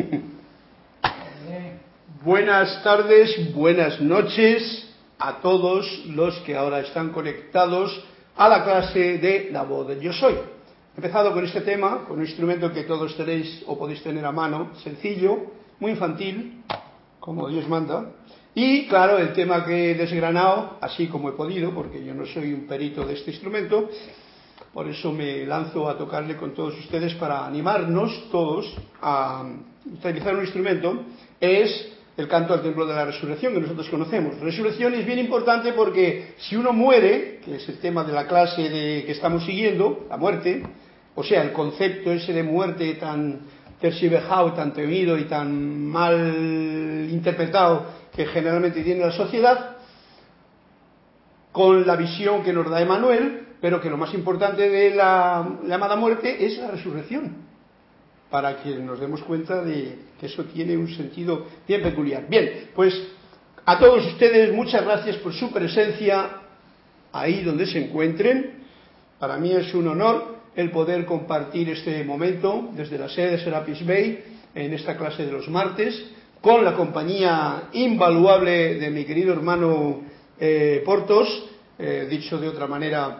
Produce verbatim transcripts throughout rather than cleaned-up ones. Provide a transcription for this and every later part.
Buenas tardes, buenas noches a todos los que ahora están conectados a la clase de la voz del Yo Soy. He empezado con este tema, con un instrumento que todos tenéis o podéis tener a mano, sencillo, muy infantil, como Dios manda. Y claro, el tema que he desgranado, así como he podido, porque yo no soy un perito de este instrumento, por eso me lanzo a tocarle con todos ustedes para animarnos todos a utilizar un instrumento, es el canto al templo de la resurrección que nosotros conocemos. Resurrección es bien importante porque si uno muere, que es el tema de la clase de, que estamos siguiendo, la muerte, o sea, el concepto ese de muerte tan tergiversado, tan temido y tan mal interpretado que generalmente tiene la sociedad, con la visión que nos da Emmanuel, pero que lo más importante de la llamada muerte es la resurrección, para que nos demos cuenta de que eso tiene un sentido bien peculiar. Bien, pues a todos ustedes muchas gracias por su presencia ahí donde se encuentren. Para mí es un honor el poder compartir este momento desde la sede de Serapis Bay en esta clase de los martes, con la compañía invaluable de mi querido hermano eh, Portos, eh, dicho de otra manera,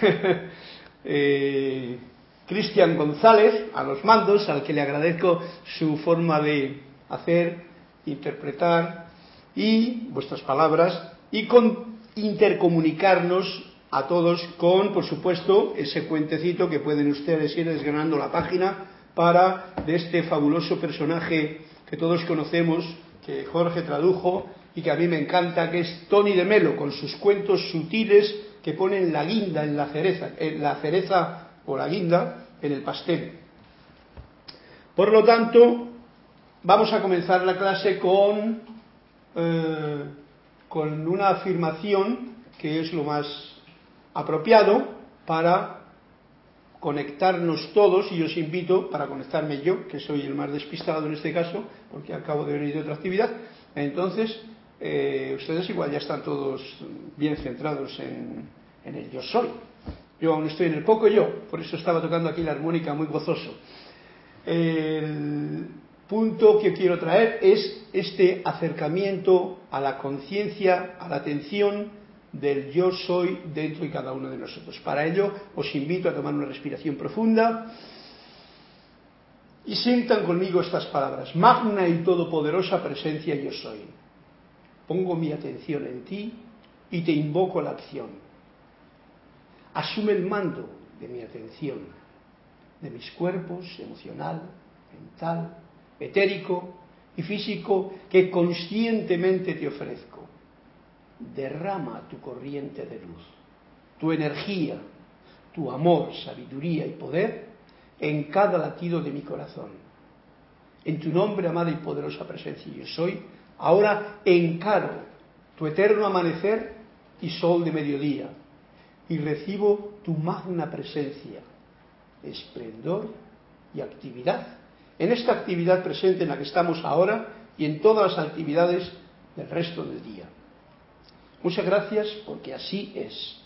eh, Cristian González, a los mandos, al que le agradezco su forma de hacer, interpretar y vuestras palabras, y con intercomunicarnos a todos con, por supuesto, ese cuentecito que pueden ustedes ir desgranando la página para de este fabuloso personaje que todos conocemos, que Jorge tradujo y que a mí me encanta, que es Tony de Melo, con sus cuentos sutiles que ponen la guinda en la cereza, en la cereza o la guinda en el pastel. Por lo tanto, vamos a comenzar la clase con, eh, con una afirmación que es lo más apropiado para conectarnos todos, y os invito para conectarme yo, que soy el más despistado en este caso, porque acabo de venir de otra actividad. Entonces, eh, ustedes igual ya están todos bien centrados en, en el yo soy. Yo aún estoy en el poco yo, por eso estaba tocando aquí la armónica muy gozoso. El punto que quiero traer es este acercamiento a la conciencia, a la atención del yo soy dentro de cada uno de nosotros. Para ello os invito a tomar una respiración profunda y sientan conmigo estas palabras: magna y todopoderosa presencia yo soy. Pongo mi atención en ti y te invoco a la acción. Asume el mando de mi atención, de mis cuerpos emocional, mental, etérico y físico que conscientemente te ofrezco. Derrama tu corriente de luz, tu energía, tu amor, sabiduría y poder en cada latido de mi corazón. En tu nombre, amada y poderosa presencia yo soy, ahora encaro tu eterno amanecer y sol de mediodía y recibo tu magna presencia, esplendor y actividad en esta actividad presente en la que estamos ahora y en todas las actividades del resto del día. Muchas gracias, porque así es.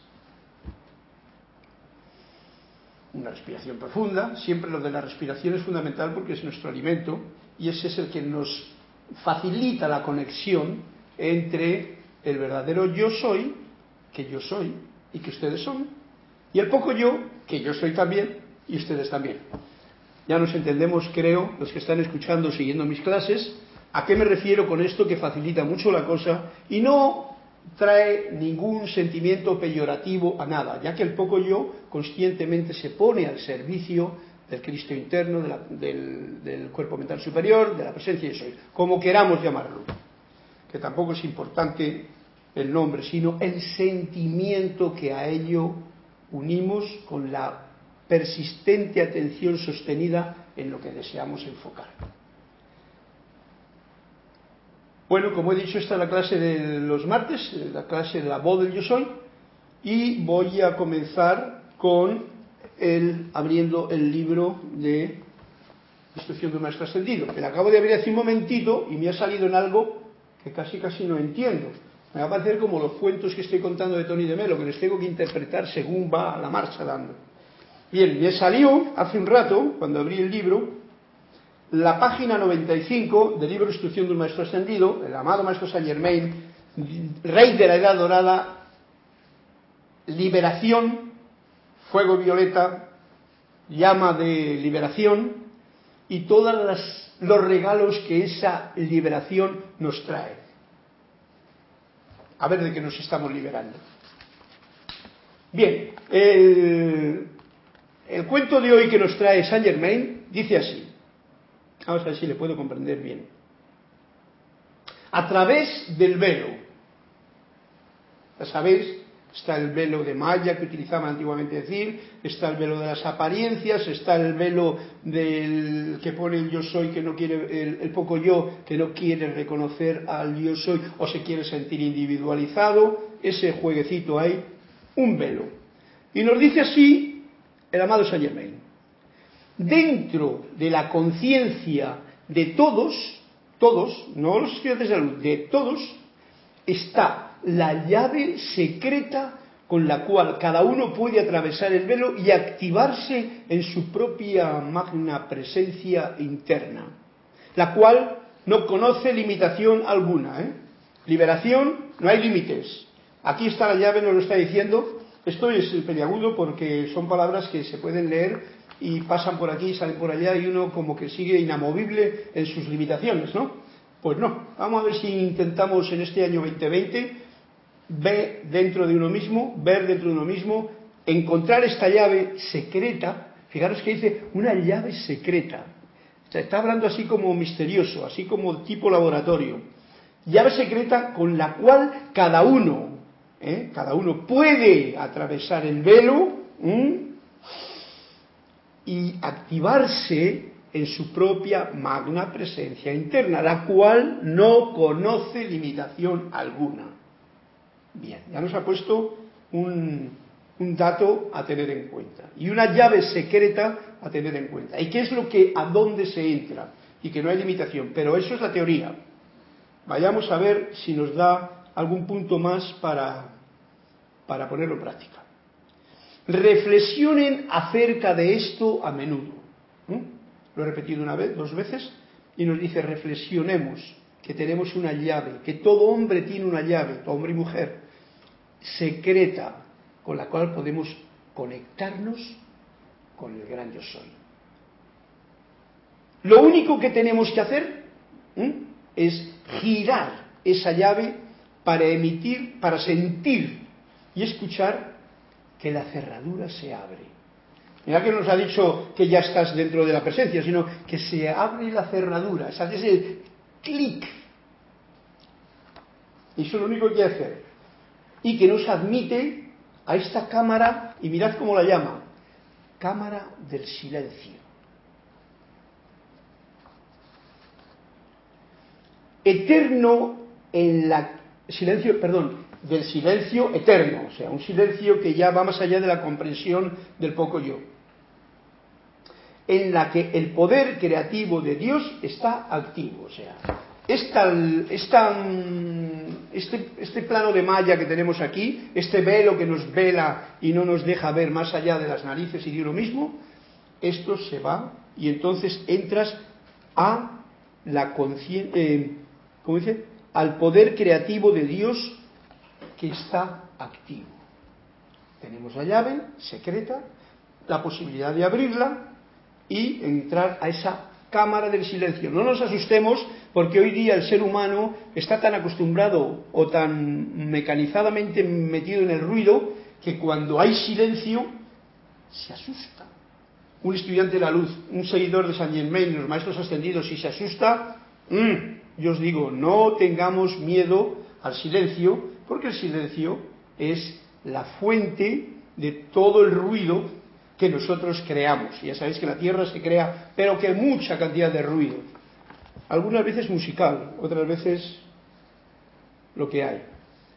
Una respiración profunda. Siempre lo de la respiración es fundamental porque es nuestro alimento y ese es el que nos facilita la conexión entre el verdadero yo soy, que yo soy y que ustedes son, y el poco yo, que yo soy también y ustedes también. Ya nos entendemos, creo, los que están escuchando, siguiendo mis clases, a qué me refiero con esto, que facilita mucho la cosa y no trae ningún sentimiento peyorativo a nada, ya que el poco yo conscientemente se pone al servicio del Cristo interno, de la, del, del cuerpo mental superior, de la presencia de soy, como queramos llamarlo, que tampoco es importante el nombre, sino el sentimiento que a ello unimos con la persistente atención sostenida en lo que deseamos enfocar. Bueno, como he dicho, esta es la clase de los martes, la clase de la voz del yo soy, y voy a comenzar con el, abriendo el libro de Instrucción de un Maestro Ascendido, que le acabo de abrir hace un momentito y me ha salido en algo que casi casi no entiendo. Me va a parecer como los cuentos que estoy contando de Tony de Melo, que les tengo que interpretar según va la marcha dando. Bien, me salió hace un rato, cuando abrí el libro, la página noventa y cinco del libro Instrucción de un Maestro Ascendido, el amado Maestro Saint Germain, Rey de la Edad Dorada, liberación, fuego violeta, llama de liberación y todos los regalos que esa liberación nos trae. A ver de qué nos estamos liberando. Bien, el, el cuento de hoy que nos trae Saint Germain dice así. Vamos a ver si le puedo comprender bien. A través del velo. Ya sabéis, está el velo de malla que utilizaban antiguamente decir, está el velo de las apariencias, está el velo del que pone el yo soy, que no quiere, el, el poco yo, que no quiere reconocer al yo soy o se quiere sentir individualizado, ese jueguecito hay, un velo. Y nos dice así el amado Saint Germain. Dentro de la conciencia de todos, todos, no los estudiantes de la luz, de todos, está la llave secreta con la cual cada uno puede atravesar el velo y activarse en su propia magna presencia interna, la cual no conoce limitación alguna, ¿eh? Liberación, no hay límites. Aquí está la llave, nos lo está diciendo. Esto es peliagudo porque son palabras que se pueden leer y pasan por aquí, salen por allá y uno como que sigue inamovible en sus limitaciones, ¿no? Pues no, vamos a ver si intentamos en este año veinte veinte ver dentro de uno mismo, ver dentro de uno mismo, encontrar esta llave secreta. Fijaros que dice una llave secreta. O sea, está hablando así como misterioso, así como tipo laboratorio. Llave secreta con la cual cada uno, ¿eh? cada uno puede atravesar el velo, ¿eh? y activarse en su propia magna presencia interna, la cual no conoce limitación alguna. Bien, ya nos ha puesto un, un dato a tener en cuenta y una llave secreta a tener en cuenta. ¿Y qué es lo que, a dónde se entra? Y que no hay limitación, pero eso es la teoría. Vayamos a ver si nos da algún punto más para, para ponerlo en práctica. Reflexionen acerca de esto a menudo. ¿Mm? Lo he repetido una vez, dos veces, y nos dice, reflexionemos que tenemos una llave, que todo hombre tiene una llave, todo hombre y mujer, secreta, con la cual podemos conectarnos con el gran yo soy. Lo único que tenemos que hacer ¿eh? es girar esa llave para emitir, para sentir y escuchar que la cerradura se abre. Mira que nos ha dicho que ya estás dentro de la presencia, sino que se abre la cerradura, se hace ese clic. Y eso es lo único que hay que hacer. Y que nos admite a esta cámara, y mirad cómo la llama, cámara del silencio. Eterno en la silencio, perdón, del silencio eterno, o sea, un silencio que ya va más allá de la comprensión del poco yo, en la que el poder creativo de Dios está activo, o sea, esta, esta, este, este plano de malla que tenemos aquí, este velo que nos vela y no nos deja ver más allá de las narices y de uno mismo, esto se va y entonces entras a la conciencia, eh, ¿cómo dice? Al poder creativo de Dios que está activo. Tenemos la llave secreta, la posibilidad de abrirla y entrar a esa cámara del silencio. No nos asustemos porque hoy día el ser humano está tan acostumbrado o tan mecanizadamente metido en el ruido que cuando hay silencio se asusta. Un estudiante de la luz, un seguidor de Saint Germain, los maestros ascendidos, si se asusta, mmm, yo os digo, no tengamos miedo al silencio, porque el silencio es la fuente de todo el ruido que nosotros creamos. Ya sabéis que la Tierra se crea, pero que mucha cantidad de ruido. Algunas veces musical, otras veces lo que hay.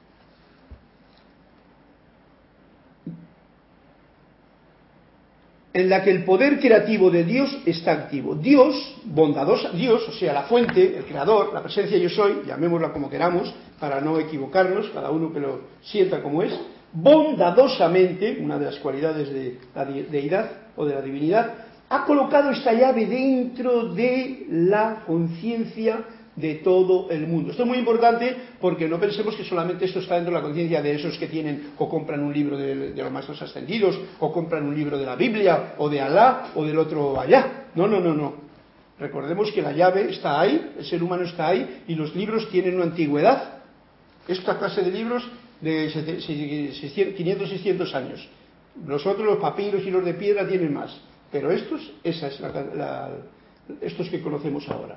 En la que el poder creativo de Dios está activo. Dios, bondadosa, Dios, o sea, la fuente, el creador, la presencia yo soy, llamémosla como queramos, para no equivocarnos, cada uno que lo sienta como es, bondadosamente, una de las cualidades de la deidad o de la divinidad, ha colocado esta llave dentro de la conciencia de todo el mundo. Esto es muy importante porque no pensemos que solamente esto está dentro de la conciencia de esos que tienen o compran un libro de, de los maestros ascendidos, o compran un libro de la Biblia, o de Alá, o del otro allá. No, no, no, no. Recordemos que la llave está ahí, el ser humano está ahí, y los libros tienen una antigüedad. Esta clase de libros de quinientos, seiscientos años. Los otros, los papiros y los de piedra, tienen más. Pero estos, esa es la, la, estos que conocemos ahora.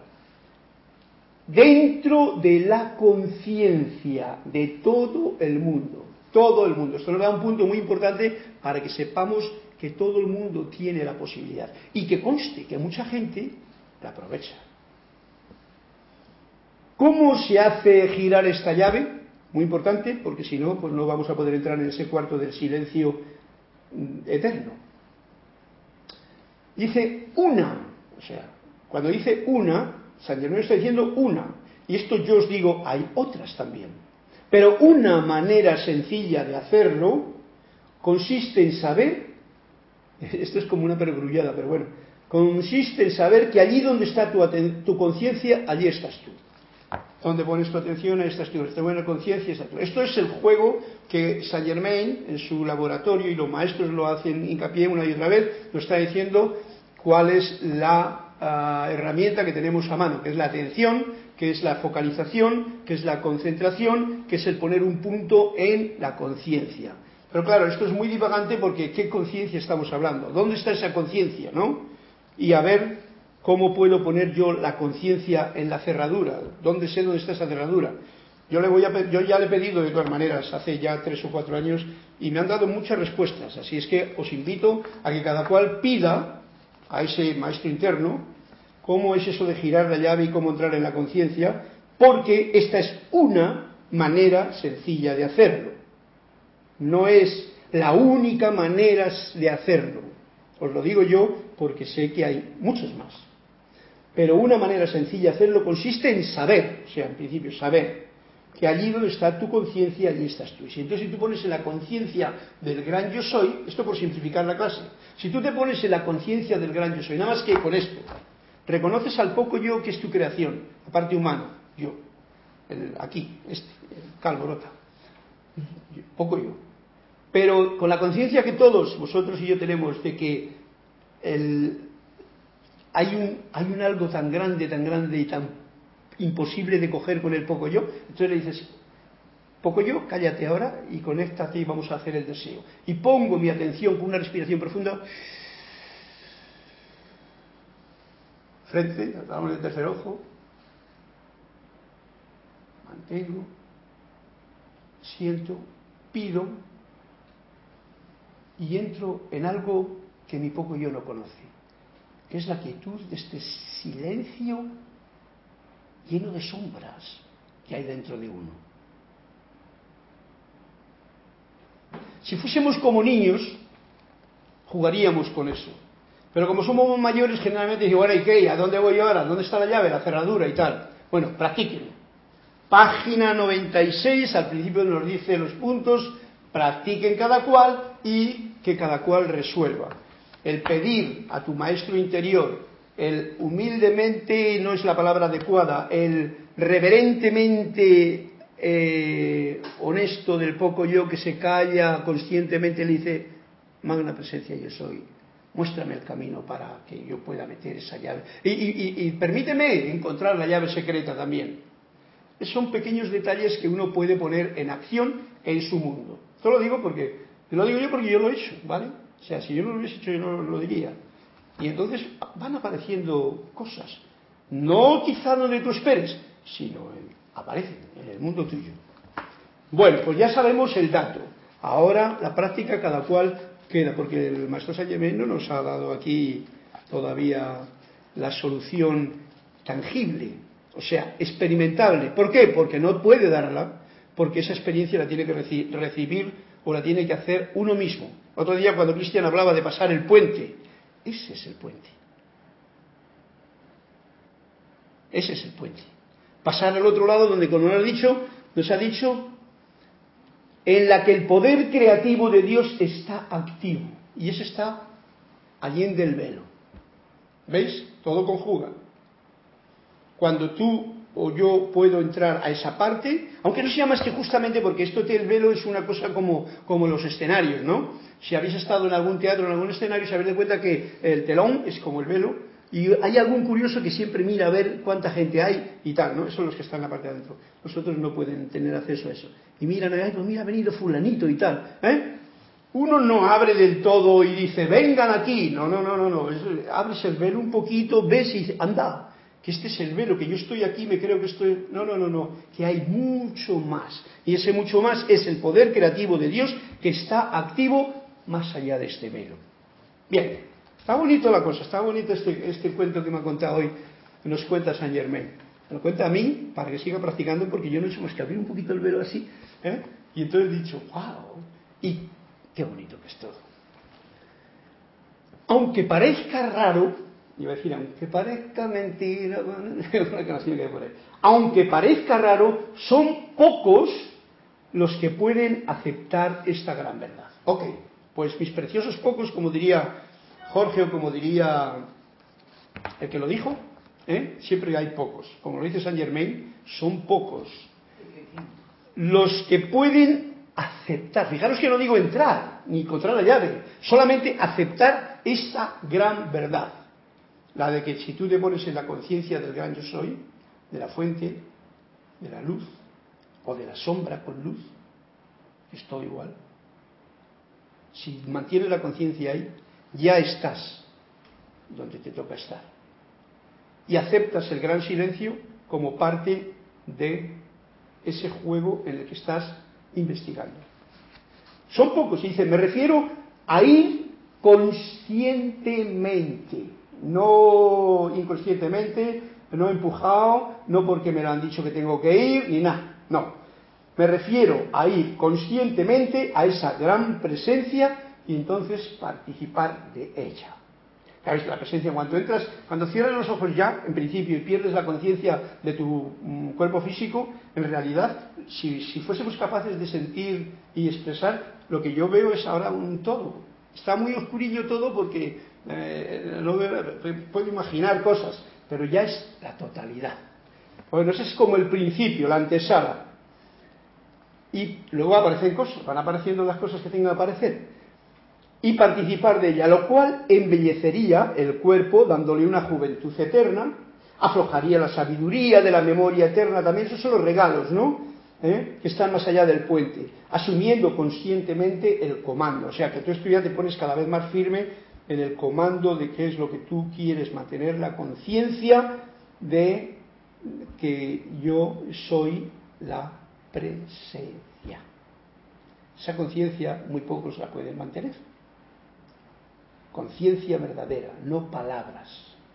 Dentro de la conciencia de todo el mundo, todo el mundo. Esto nos da un punto muy importante para que sepamos que todo el mundo tiene la posibilidad y que conste que mucha gente la aprovecha. ¿Cómo se hace girar esta llave? Muy importante, porque si no, pues no vamos a poder entrar en ese cuarto del silencio eterno. Dice una, o sea, cuando dice una, San Germán está diciendo una, y esto yo os digo, hay otras también, pero una manera sencilla de hacerlo consiste en saber, esto es como una perogrullada, pero bueno, consiste en saber que allí donde está tu, tu conciencia, allí estás tú. Donde pones tu atención, ahí estás tú. Esta buena conciencia, estás tú. Esto es el juego que Saint Germain en su laboratorio, y los maestros lo hacen hincapié una y otra vez, nos está diciendo cuál es la Uh, herramienta que tenemos a mano, que es la atención, que es la focalización, que es la concentración, que es el poner un punto en la conciencia. Pero claro, esto es muy divagante porque ¿qué conciencia estamos hablando? ¿Dónde está esa conciencia, no? Y a ver cómo puedo poner yo la conciencia en la cerradura. ¿Dónde sé dónde está esa cerradura? Yo, le voy a, yo ya le he pedido de todas maneras hace ya tres o cuatro años y me han dado muchas respuestas, así es que os invito a que cada cual pida a ese maestro interno cómo es eso de girar la llave y cómo entrar en la conciencia, porque esta es una manera sencilla de hacerlo. No es la única manera de hacerlo. Os lo digo yo porque sé que hay muchas más. Pero una manera sencilla de hacerlo consiste en saber, o sea, en principio saber, que allí donde está tu conciencia, allí estás tú. Y si entonces si tú pones en la conciencia del gran yo soy, esto por simplificar la clase, si tú te pones en la conciencia del gran yo soy, nada más que con esto, reconoces al poco yo que es tu creación, la parte humana, yo, el, aquí, este, el calvorota, poco yo. Pero con la conciencia que todos vosotros y yo tenemos de que el, hay, un, hay un algo tan grande, tan grande y tan imposible de coger con el poco yo, entonces le dices, poco yo, cállate ahora y conéctate y vamos a hacer el deseo. Y pongo mi atención con una respiración profunda, frente, tratamos del tercer ojo, mantengo, siento, pido y entro en algo que mi poco yo no conoce, que es la quietud de este silencio lleno de sombras que hay dentro de uno. Si fuésemos como niños, jugaríamos con eso. Pero como somos mayores, generalmente digo, bueno, ¿y qué? ¿A dónde voy ahora? ¿Dónde está la llave? La cerradura y tal. Bueno, practíquenlo. Página noventa y seis, al principio nos dice los puntos, practiquen cada cual y que cada cual resuelva. El pedir a tu maestro interior, el humildemente, no es la palabra adecuada, el reverentemente eh, honesto del poco yo que se calla conscientemente, le dice, magna presencia yo soy, muéstrame el camino para que yo pueda meter esa llave. Y, y, y, y permíteme encontrar la llave secreta también. Son pequeños detalles que uno puede poner en acción en su mundo. Esto lo digo porque, lo digo yo porque yo lo he hecho, ¿vale? O sea, si yo no lo hubiese hecho, yo no lo diría. Y entonces van apareciendo cosas. No quizá donde tú esperes, sino en, aparecen en el mundo tuyo. Bueno, pues ya sabemos el dato. Ahora la práctica cada cual queda, porque el maestro Saint Germain no nos ha dado aquí todavía la solución tangible, o sea, experimentable. ¿Por qué? Porque no puede darla, porque esa experiencia la tiene que reci- recibir o la tiene que hacer uno mismo. Otro día cuando Cristian hablaba de pasar el puente, ese es el puente. Ese es el puente. Pasar al otro lado donde, como nos ha dicho, nos ha dicho, en la que el poder creativo de Dios está activo. Y eso está allende el velo. ¿Veis? Todo conjuga. Cuando tú o yo puedo entrar a esa parte, aunque no sea más que justamente porque esto del velo es una cosa como, como los escenarios, ¿no? Si habéis estado en algún teatro, en algún escenario, se habéis dado cuenta que el telón es como el velo, y hay algún curioso que siempre mira a ver cuánta gente hay y tal, ¿no? Esos son los que están en la parte de adentro. Los otros no pueden tener acceso a eso. Y miran, ay, pues mira, ha venido fulanito y tal, ¿eh? Uno no abre del todo y dice, vengan aquí. No, no, no, no, no. Es, abres el velo un poquito, ves y dices, anda, que este es el velo, que yo estoy aquí, me creo que estoy... No, no, no, no, que hay mucho más. Y ese mucho más es el poder creativo de Dios que está activo más allá de este velo. Bien, está bonito la cosa, está bonito este, este cuento que me ha contado hoy, que nos cuenta Saint Germain. Me lo cuenta a mí para que siga practicando, porque yo no he hecho más que abrir un poquito el velo así, ¿eh? Y entonces he dicho, wow, y qué bonito que es todo. Aunque parezca raro, iba a decir, aunque parezca mentira, una canción que hay por ahí, aunque parezca raro, son pocos los que pueden aceptar esta gran verdad. Ok, pues mis preciosos pocos, como diría Jorge o como diría el que lo dijo, ¿eh? Siempre hay pocos, como lo dice Saint Germain, son pocos los que pueden aceptar. Fijaros que no digo entrar, ni encontrar la llave, solamente aceptar esta gran verdad, la de que si tú te pones en la conciencia del gran yo soy, de la fuente, de la luz, o de la sombra con luz, es todo igual. Si mantienes la conciencia ahí, ya estás donde te toca estar. Y aceptas el gran silencio como parte de ese juego en el que estás investigando. Son pocos, y dice, me refiero a ir conscientemente, no inconscientemente, no empujado, no porque me lo han dicho que tengo que ir, ni nada, no. Me refiero a ir conscientemente a esa gran presencia y entonces participar de ella. ¿Sabes? La presencia, cuando entras, cuando cierras los ojos ya, en principio, y pierdes la conciencia de tu mm, cuerpo físico, en realidad, si, si fuésemos capaces de sentir y expresar, lo que yo veo es ahora un todo. Está muy oscurillo todo porque eh, no veo, puedo imaginar cosas, pero ya es la totalidad. Bueno, ese es como el principio, la antesala. Y luego aparecen cosas, van apareciendo las cosas que tengan que aparecer. Y participar de ella, lo cual embellecería el cuerpo dándole una juventud eterna, aflojaría la sabiduría de la memoria eterna, también esos son los regalos, ¿no? ¿Eh? Que están más allá del puente, asumiendo conscientemente el comando, o sea que tú estudiante te pones cada vez más firme en el comando de qué es lo que tú quieres, mantener la conciencia de que yo soy la presencia. Esa conciencia muy pocos la pueden mantener. Conciencia verdadera, no palabras,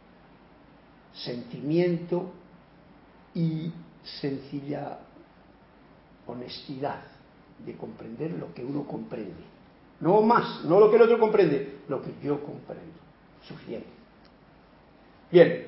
sentimiento y sencilla honestidad de comprender lo que uno comprende. No más, no lo que el otro comprende, lo que yo comprendo. Suficiente. Bien,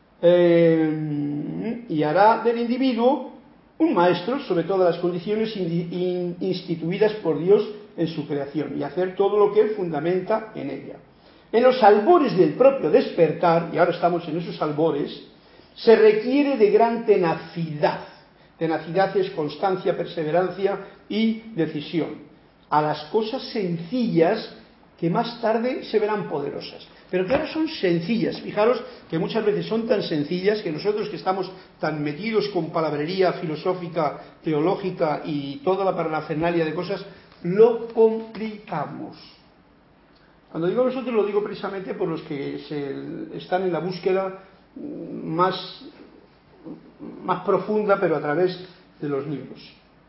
eh, y hará del individuo un maestro sobre todas las condiciones instituidas por Dios en su creación y hacer todo lo que él fundamenta en ella. En los albores del propio despertar, y ahora estamos en esos albores, se requiere de gran tenacidad. Tenacidad es constancia, perseverancia y decisión. A las cosas sencillas que más tarde se verán poderosas. Pero que ahora son sencillas. Fijaros que muchas veces son tan sencillas que nosotros que estamos tan metidos con palabrería filosófica, teológica y toda la parafernalia de cosas, lo complicamos. Cuando digo nosotros lo digo precisamente por los que se, están en la búsqueda más, más profunda, pero a través de los libros.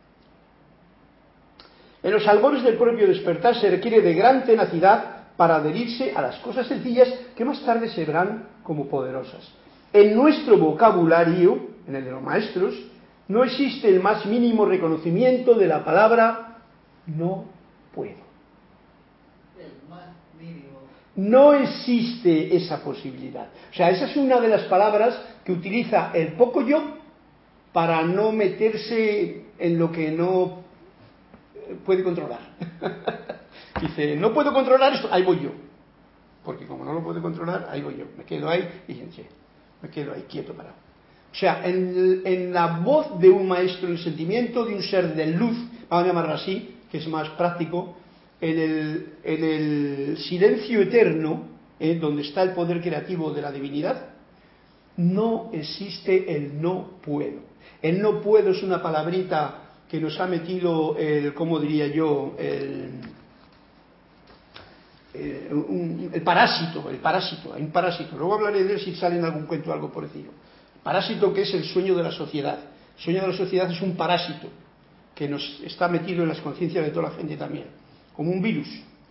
En los albores del propio despertar se requiere de gran tenacidad para adherirse a las cosas sencillas que más tarde se verán como poderosas. En nuestro vocabulario, en el de los maestros, no existe el más mínimo reconocimiento de la palabra no puedo. No existe esa posibilidad. O sea, esa es una de las palabras que utiliza el poco yo para no meterse en lo que no puede controlar. Dice, no puedo controlar esto, ahí voy yo. porque como no lo puedo controlar, ahí voy yo, me quedo ahí y che, me quedo ahí quieto parado. O sea, en, en la voz de un maestro, en el sentimiento de un ser de luz, vamos a llamarlo así, que es más práctico, en el, en el silencio eterno, eh, donde está el poder creativo de la divinidad, no existe el no puedo. El no puedo es una palabrita que nos ha metido el, ¿cómo diría yo?, el, el, un, el parásito, el parásito, hay un parásito. Luego hablaré de él si sale en algún cuento algo por decirlo. Parásito, que es el sueño de la sociedad. El sueño de la sociedad es un parásito que nos está metido en las conciencias de toda la gente también, como un virus.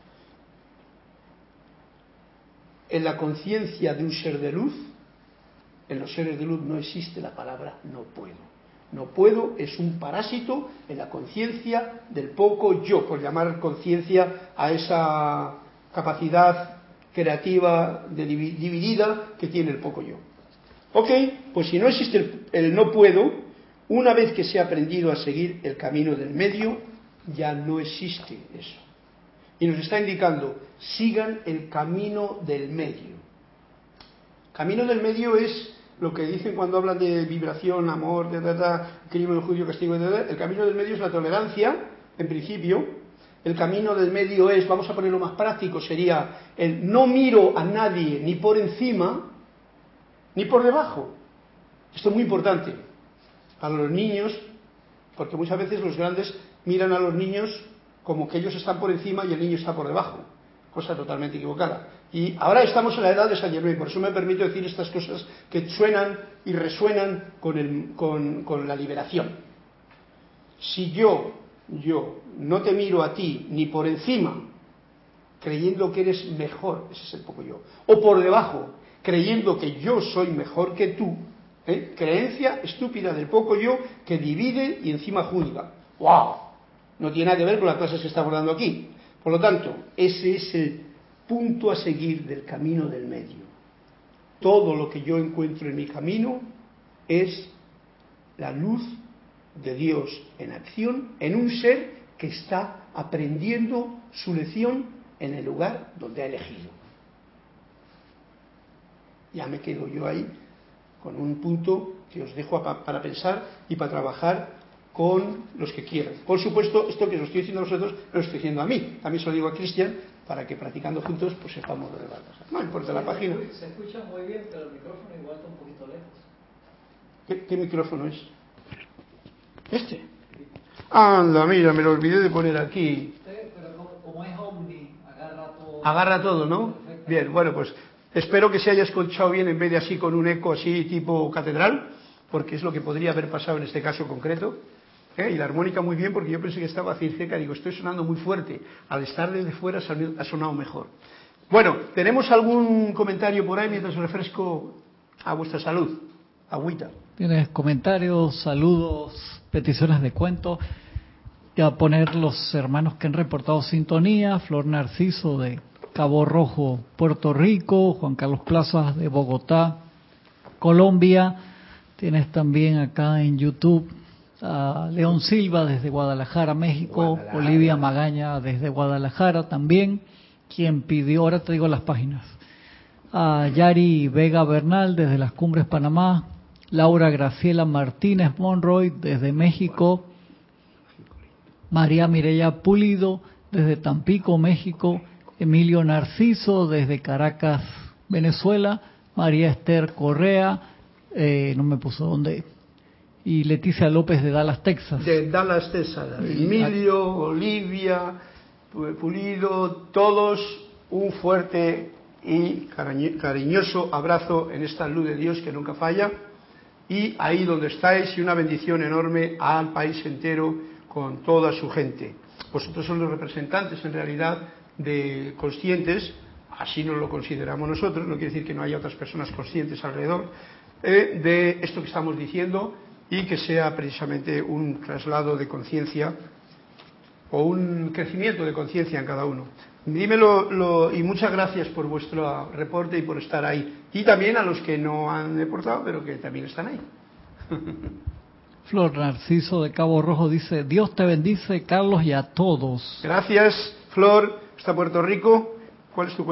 En la conciencia de un ser de luz, en los seres de luz no existe la palabra no puedo. No puedo es un parásito en la conciencia del poco yo, por llamar conciencia a esa capacidad creativa de dividida que tiene el poco yo. Ok, pues si no existe el, el no puedo, una vez que se ha aprendido a seguir el camino del medio, ya no existe eso. Y nos está indicando, sigan el camino del medio. Camino del medio es lo que dicen cuando hablan de vibración, amor, de verdad, crimen, juicio, castigo, de verdad. El camino del medio es la tolerancia, en principio. El camino del medio es, vamos a ponerlo más práctico, sería el no miro a nadie ni por encima ni por debajo. Esto es muy importante para los niños, porque muchas veces los grandes miran a los niños como que ellos están por encima y el niño está por debajo, cosa totalmente equivocada. Y ahora estamos en la edad de Saint Germain, por eso me permito decir estas cosas que suenan y resuenan con, el, con, con la liberación. Si yo, yo no te miro a ti ni por encima, creyendo que eres mejor, ese es el poco yo, o por debajo, creyendo que yo soy mejor que tú, ¿eh? Creencia estúpida del poco yo que divide y encima juzga. ¡Wow! No tiene nada que ver con las clases que estamos dando aquí. Por lo tanto, ese es el punto a seguir del camino del medio. Todo lo que yo encuentro en mi camino es la luz de Dios en acción, en un ser que está aprendiendo su lección en el lugar donde ha elegido. Ya me quedo yo ahí con un punto que os dejo para pensar y para trabajar con los que quieran. Por supuesto, esto que os estoy diciendo a vosotros, lo estoy diciendo a mí. También se lo digo a Cristian, para que practicando juntos pues sepamos lo de las cosas. No importa la página. Se escucha muy bien, pero el micrófono igual está un poquito lejos. ¿Qué, qué micrófono es? ¿Este? Anda, mira, me lo olvidé de poner aquí. Sí, pero como, como es Omni, agarra todo. Agarra todo, ¿no? Bien, bueno, pues espero que se haya escuchado bien en vez de así con un eco así tipo catedral, porque es lo que podría haber pasado en este caso concreto. ¿Eh? Y la armónica muy bien, porque yo pensé que estaba así cerca, digo, estoy sonando muy fuerte. Al estar desde fuera ha sonado mejor. Bueno, ¿tenemos algún comentario por ahí mientras refresco a vuestra salud? Agüita. Tienes comentarios, saludos, peticiones de cuento. Voy a poner los hermanos que han reportado sintonía: Flor Narciso de Cabo Rojo, Puerto Rico; Juan Carlos Plazas de Bogotá, Colombia. Tienes también acá en YouTube a León Silva desde Guadalajara, México; Guadalajara. Olivia Magaña desde Guadalajara también, quien pidió, ahora te digo las páginas, a Yari Vega Bernal desde Las Cumbres, Panamá; Laura Graciela Martínez Monroy desde México; María Mireya Pulido desde Tampico, México; Emilio Narciso desde Caracas, Venezuela; María Esther Correa, eh, no me puso dónde, y Leticia López de Dallas, Texas. De Dallas, Texas. Emilio, Olivia, Pulido, todos un fuerte y cariñoso abrazo en esta luz de Dios que nunca falla. Y ahí donde estáis, y una bendición enorme al país entero con toda su gente. Vosotros sois los representantes en realidad de conscientes, así nos lo consideramos nosotros, no quiere decir que no haya otras personas conscientes alrededor, eh, de esto que estamos diciendo, y que sea precisamente un traslado de conciencia o un crecimiento de conciencia en cada uno. Dímelo, lo, y muchas gracias por vuestro reporte y por estar ahí. Y también a los que no han reportado, pero que también están ahí. Flor Narciso de Cabo Rojo dice: Dios te bendice, Carlos, y a todos. Gracias, Flor. Hasta Puerto Rico. ¿Cuál es tu cuento?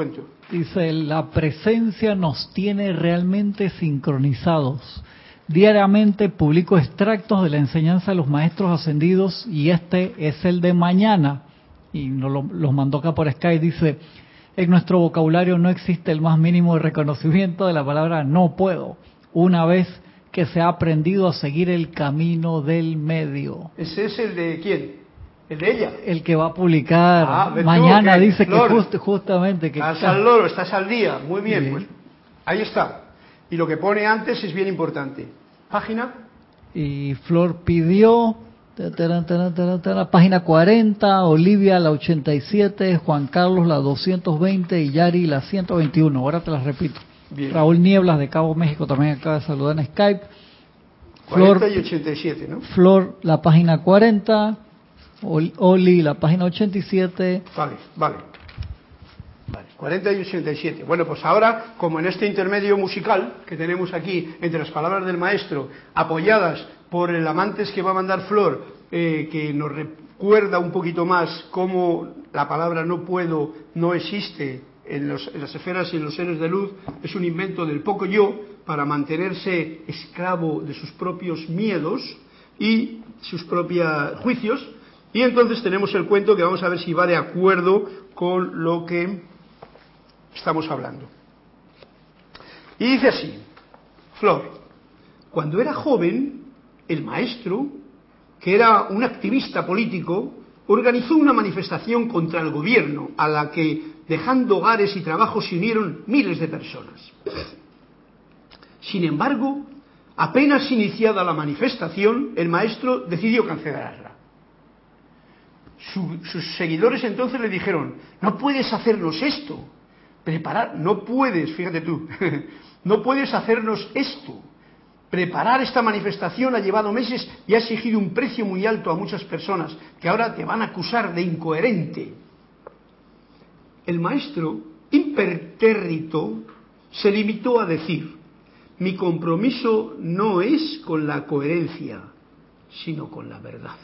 Dice, la presencia nos tiene realmente sincronizados. Diariamente publico extractos de la enseñanza de los maestros ascendidos y este es el de mañana. Y nos lo, los mandó acá por Skype. Dice, en nuestro vocabulario no existe el más mínimo reconocimiento de la palabra no puedo, una vez que se ha aprendido a seguir el camino del medio. ¿Ese es el de quién? ¿El de ella? El que va a publicar Ah, ¿ves tú? mañana. Ok, dice Flor, que just, justamente que estás al loro, estás al día. Muy bien, Bien. pues ahí está. Y lo que pone antes es bien importante. Página. Y Flor pidió tarán, tarán, tarán, tarán, página cuarenta, Olivia la ochenta y siete, Juan Carlos la doscientos veinte y Yari la ciento veintiuno. Ahora te las repito. Bien. Raúl Nieblas de Cabo México también acaba de saludar en Skype. cuarenta Flor, y ochenta y siete, ¿no? Flor la página cuarenta, Oli la página ochenta y siete. Vale, vale. Vale, cuarenta y ochenta y siete. Bueno, pues ahora, como en este intermedio musical que tenemos aquí entre las palabras del maestro, apoyadas por el amantes que va a mandar Flor, eh, que nos recuerda un poquito más cómo la palabra no puedo no existe en, los, en las esferas y en los seres de luz, es un invento del poco yo para mantenerse esclavo de sus propios miedos y sus propios juicios. Y entonces tenemos el cuento que vamos a ver si va de acuerdo con lo que estamos hablando. Y dice así, Flor, cuando era joven, el maestro, que era un activista político, organizó una manifestación contra el gobierno, a la que, dejando hogares y trabajos, se unieron miles de personas. Sin embargo, apenas iniciada la manifestación, el maestro decidió cancelarla. Su, sus seguidores entonces le dijeron, no puedes hacernos esto, preparar, no puedes, fíjate tú, no puedes hacernos esto. Preparar esta manifestación ha llevado meses y ha exigido un precio muy alto a muchas personas que ahora te van a acusar de incoherente. El maestro, impertérrito, se limitó a decir, mi compromiso no es con la coherencia, sino con la verdad.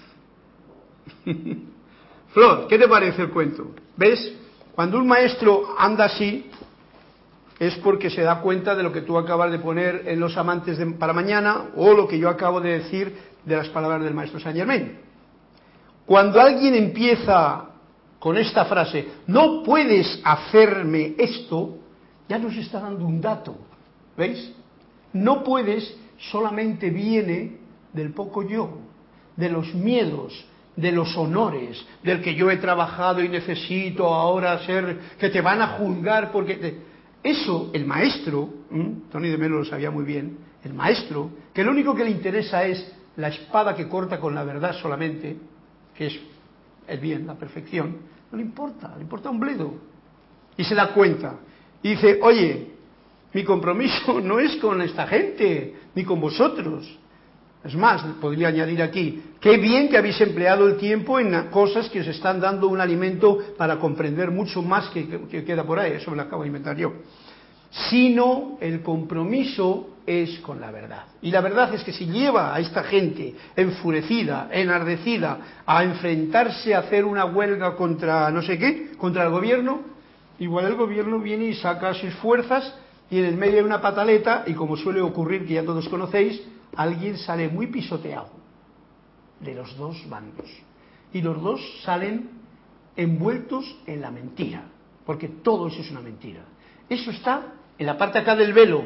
Flor, ¿qué te parece el cuento? ¿Ves? Cuando un maestro anda así, es porque se da cuenta de lo que tú acabas de poner en los amantes de, para mañana, o lo que yo acabo de decir de las palabras del maestro Saint Germain. Cuando alguien empieza con esta frase, no puedes hacerme esto, ya nos está dando un dato. ¿Veis? No puedes solamente viene del poco yo, de los miedos, de los honores, del que yo he trabajado y necesito ahora ser, que te van a juzgar porque... Te... Eso, el maestro, ¿eh? Tony de Melo lo sabía muy bien, el maestro, que lo único que le interesa es la espada que corta con la verdad solamente, que es el bien, la perfección, no le importa, le importa un bledo. Y se da cuenta. Y dice, oye, mi compromiso no es con esta gente, ni con vosotros. Es más, podría añadir aquí, qué bien que habéis empleado el tiempo en cosas que os están dando un alimento para comprender mucho más que, que, que queda por ahí, eso me lo acabo de inventar yo. Sino el compromiso es con la verdad. Y la verdad es que si lleva a esta gente enfurecida, enardecida, a enfrentarse a hacer una huelga contra no sé qué, contra el gobierno, igual el gobierno viene y saca sus fuerzas y en el medio hay una pataleta y como suele ocurrir, que ya todos conocéis, alguien sale muy pisoteado de los dos bandos y los dos salen envueltos en la mentira, porque todo eso es una mentira. Eso está en la parte acá del velo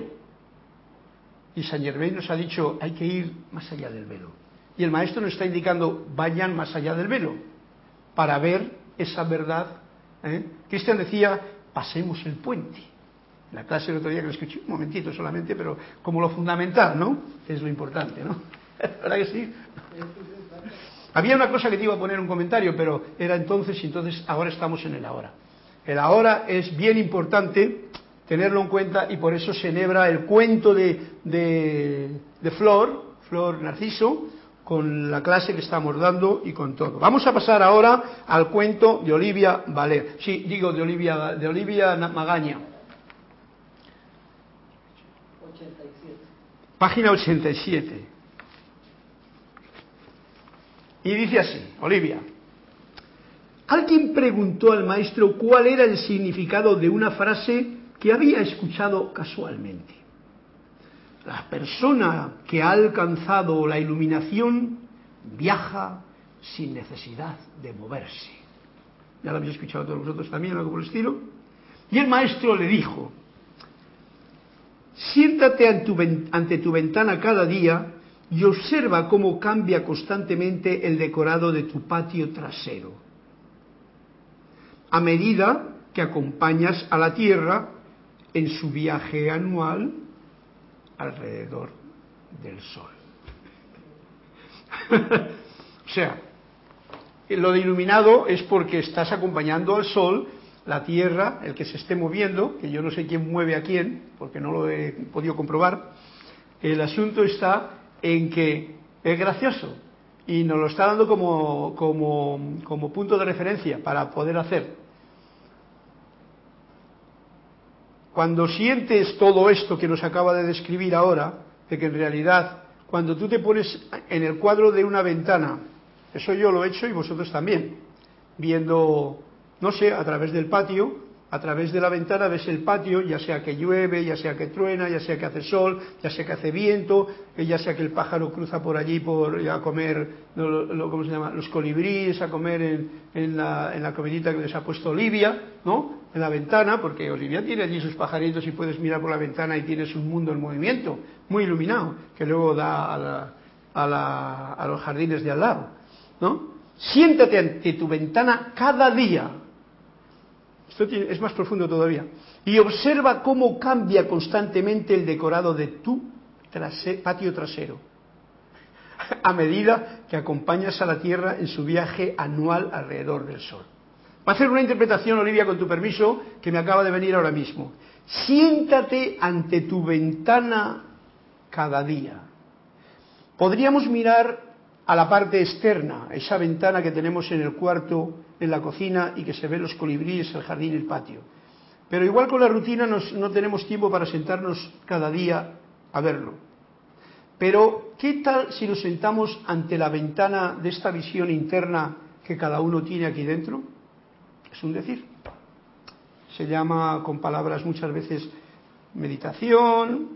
y Saint Germain nos ha dicho hay que ir más allá del velo y el maestro nos está indicando vayan más allá del velo para ver esa verdad, ¿eh? Cristian decía pasemos el puente. La clase el otro día que lo escuché un momentito solamente, pero como lo fundamental, ¿no? Es lo importante, ¿no? ¿Verdad que sí? Había una cosa que te iba a poner un comentario, pero era entonces y entonces ahora estamos en el ahora. El ahora es bien importante tenerlo en cuenta y por eso se enhebra el cuento de, de, de Flor, Flor Narciso, con la clase que estamos dando y con todo. Vamos a pasar ahora al cuento de Olivia Valer. Sí, digo de Olivia, de Olivia Magaña. ochenta y siete. Página ochenta y siete. Y dice así, Olivia. Alguien preguntó al maestro cuál era el significado de una frase que había escuchado casualmente. La persona que ha alcanzado la iluminación viaja sin necesidad de moverse. Ya lo habéis escuchado todos vosotros también, algo por el estilo. Y el maestro le dijo: siéntate ante tu, ante tu ventana cada día y observa cómo cambia constantemente el decorado de tu patio trasero, a medida que acompañas a la Tierra en su viaje anual alrededor del Sol. O sea, lo de iluminado es porque estás acompañando al Sol, la Tierra, el que se esté moviendo, que yo no sé quién mueve a quién, porque no lo he podido comprobar. El asunto está en que es gracioso y nos lo está dando como, como, como punto de referencia para poder hacer. Cuando sientes todo esto que nos acaba de describir ahora, de que en realidad cuando tú te pones en el cuadro de una ventana, eso yo lo he hecho y vosotros también, viendo, no sé, a través del patio, a través de la ventana ves el patio, ya sea que llueve, ya sea que truena, ya sea que hace sol, ya sea que hace viento, ya sea que el pájaro cruza por allí por a comer, lo, lo, ¿cómo se llama?, los colibríes, a comer en, en, la, en la comidita que les ha puesto Olivia, ¿no?, en la ventana, porque Olivia tiene allí sus pajaritos y puedes mirar por la ventana y tienes un mundo en movimiento, muy iluminado, que luego da a, la, a, la, a los jardines de al lado, ¿no? Siéntate ante tu ventana cada día. Esto es más profundo todavía. Y observa cómo cambia constantemente el decorado de tu trase, patio trasero, a medida que acompañas a la Tierra en su viaje anual alrededor del Sol. Va a hacer una interpretación, Olivia, con tu permiso, que me acaba de venir ahora mismo. Siéntate ante tu ventana cada día. Podríamos mirar a la parte externa, esa ventana que tenemos en el cuarto, en la cocina, y que se ven los colibríes, el jardín y el patio. Pero igual con la rutina nos, no tenemos tiempo para sentarnos cada día a verlo. Pero, ¿qué tal si nos sentamos ante la ventana de esta visión interna que cada uno tiene aquí dentro? Es un decir. Se llama con palabras muchas veces meditación,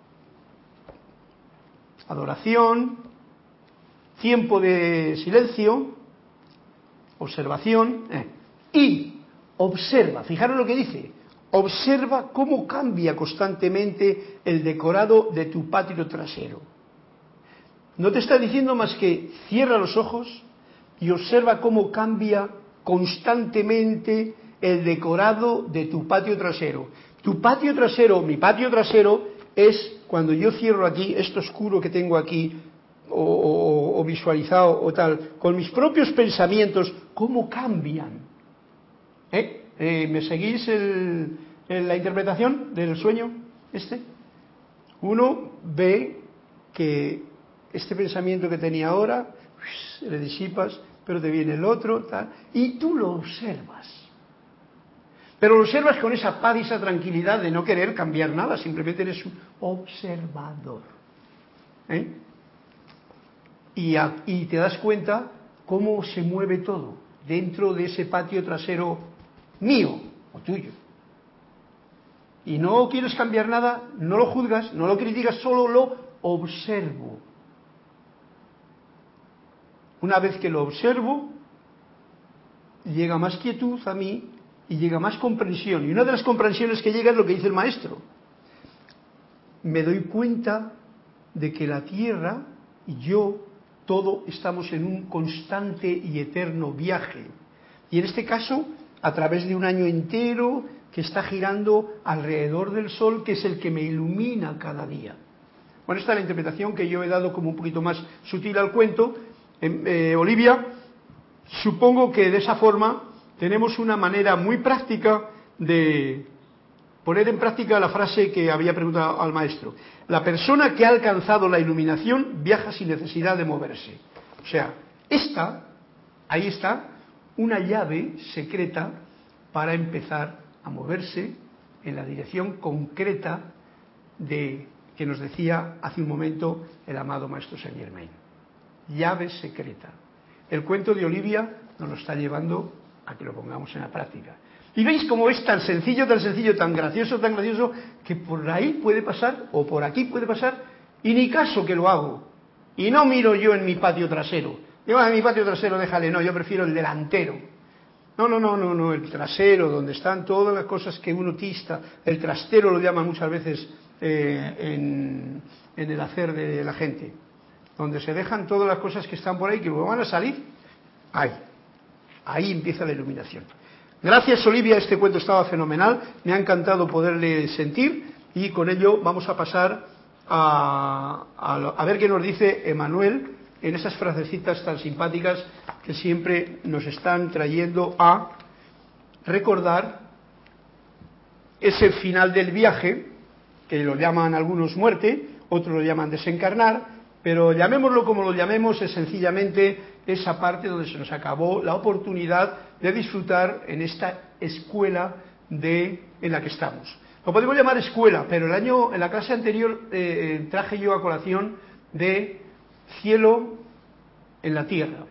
adoración, tiempo de silencio, observación, eh, y observa, fijaros lo que dice, observa cómo cambia constantemente el decorado de tu patio trasero. No te está diciendo más que cierra los ojos y observa cómo cambia constantemente el decorado de tu patio trasero. Tu patio trasero, mi patio trasero, es cuando yo cierro aquí, esto oscuro que tengo aquí, o, o, o visualizado o tal, con mis propios pensamientos, cómo cambian. ¿Eh? ¿Eh? ¿Me seguís el, el, la interpretación del sueño este? Uno ve que este pensamiento que tenía ahora, le disipas, pero te viene el otro, tal, y tú lo observas. Pero lo observas con esa paz y esa tranquilidad de no querer cambiar nada, simplemente eres un observador. ¿Eh? Y, a, y te das cuenta cómo se mueve todo dentro de ese patio trasero mío o tuyo. Y no quieres cambiar nada, no lo juzgas, no lo criticas, solo lo observo. Una vez que lo observo, llega más quietud a mí y llega más comprensión. Y una de las comprensiones que llega es lo que dice el maestro. Me doy cuenta de que la Tierra y yo, todo estamos en un constante y eterno viaje. Y en este caso, a través de un año entero que está girando alrededor del Sol, que es el que me ilumina cada día. Bueno, esta es la interpretación que yo he dado como un poquito más sutil al cuento. Eh, Olivia, supongo que de esa forma tenemos una manera muy práctica de poner en práctica la frase que había preguntado al maestro. La persona que ha alcanzado la iluminación viaja sin necesidad de moverse. O sea, esta, ahí está, una llave secreta para empezar a moverse en la dirección concreta de que nos decía hace un momento el amado maestro Saint Germain. Llave secreta. El cuento de Olivia nos lo está llevando a que lo pongamos en la práctica. Y veis cómo es tan sencillo, tan sencillo, tan gracioso, tan gracioso, que por ahí puede pasar, o por aquí puede pasar, y ni caso que lo hago. Y no miro yo en mi patio trasero. Digo, en mi patio trasero déjale, no, yo prefiero el delantero. No, no, no, no, no, el trasero, donde están todas las cosas que uno tista, el trastero lo llaman muchas veces eh, en, en el hacer de la gente, donde se dejan todas las cosas que están por ahí, que luego van a salir, ahí, ahí empieza la iluminación. Gracias, Olivia, este cuento estaba fenomenal, me ha encantado poderle sentir, y con ello vamos a pasar a, a, a ver qué nos dice Emanuel en esas frasecitas tan simpáticas que siempre nos están trayendo a recordar ese final del viaje, que lo llaman algunos muerte, otros lo llaman desencarnar, pero llamémoslo como lo llamemos, es sencillamente esa parte donde se nos acabó la oportunidad de disfrutar en esta escuela de, en la que estamos. Lo podemos llamar escuela, pero el año, en la clase anterior eh, traje yo a colación de cielo en la tierra.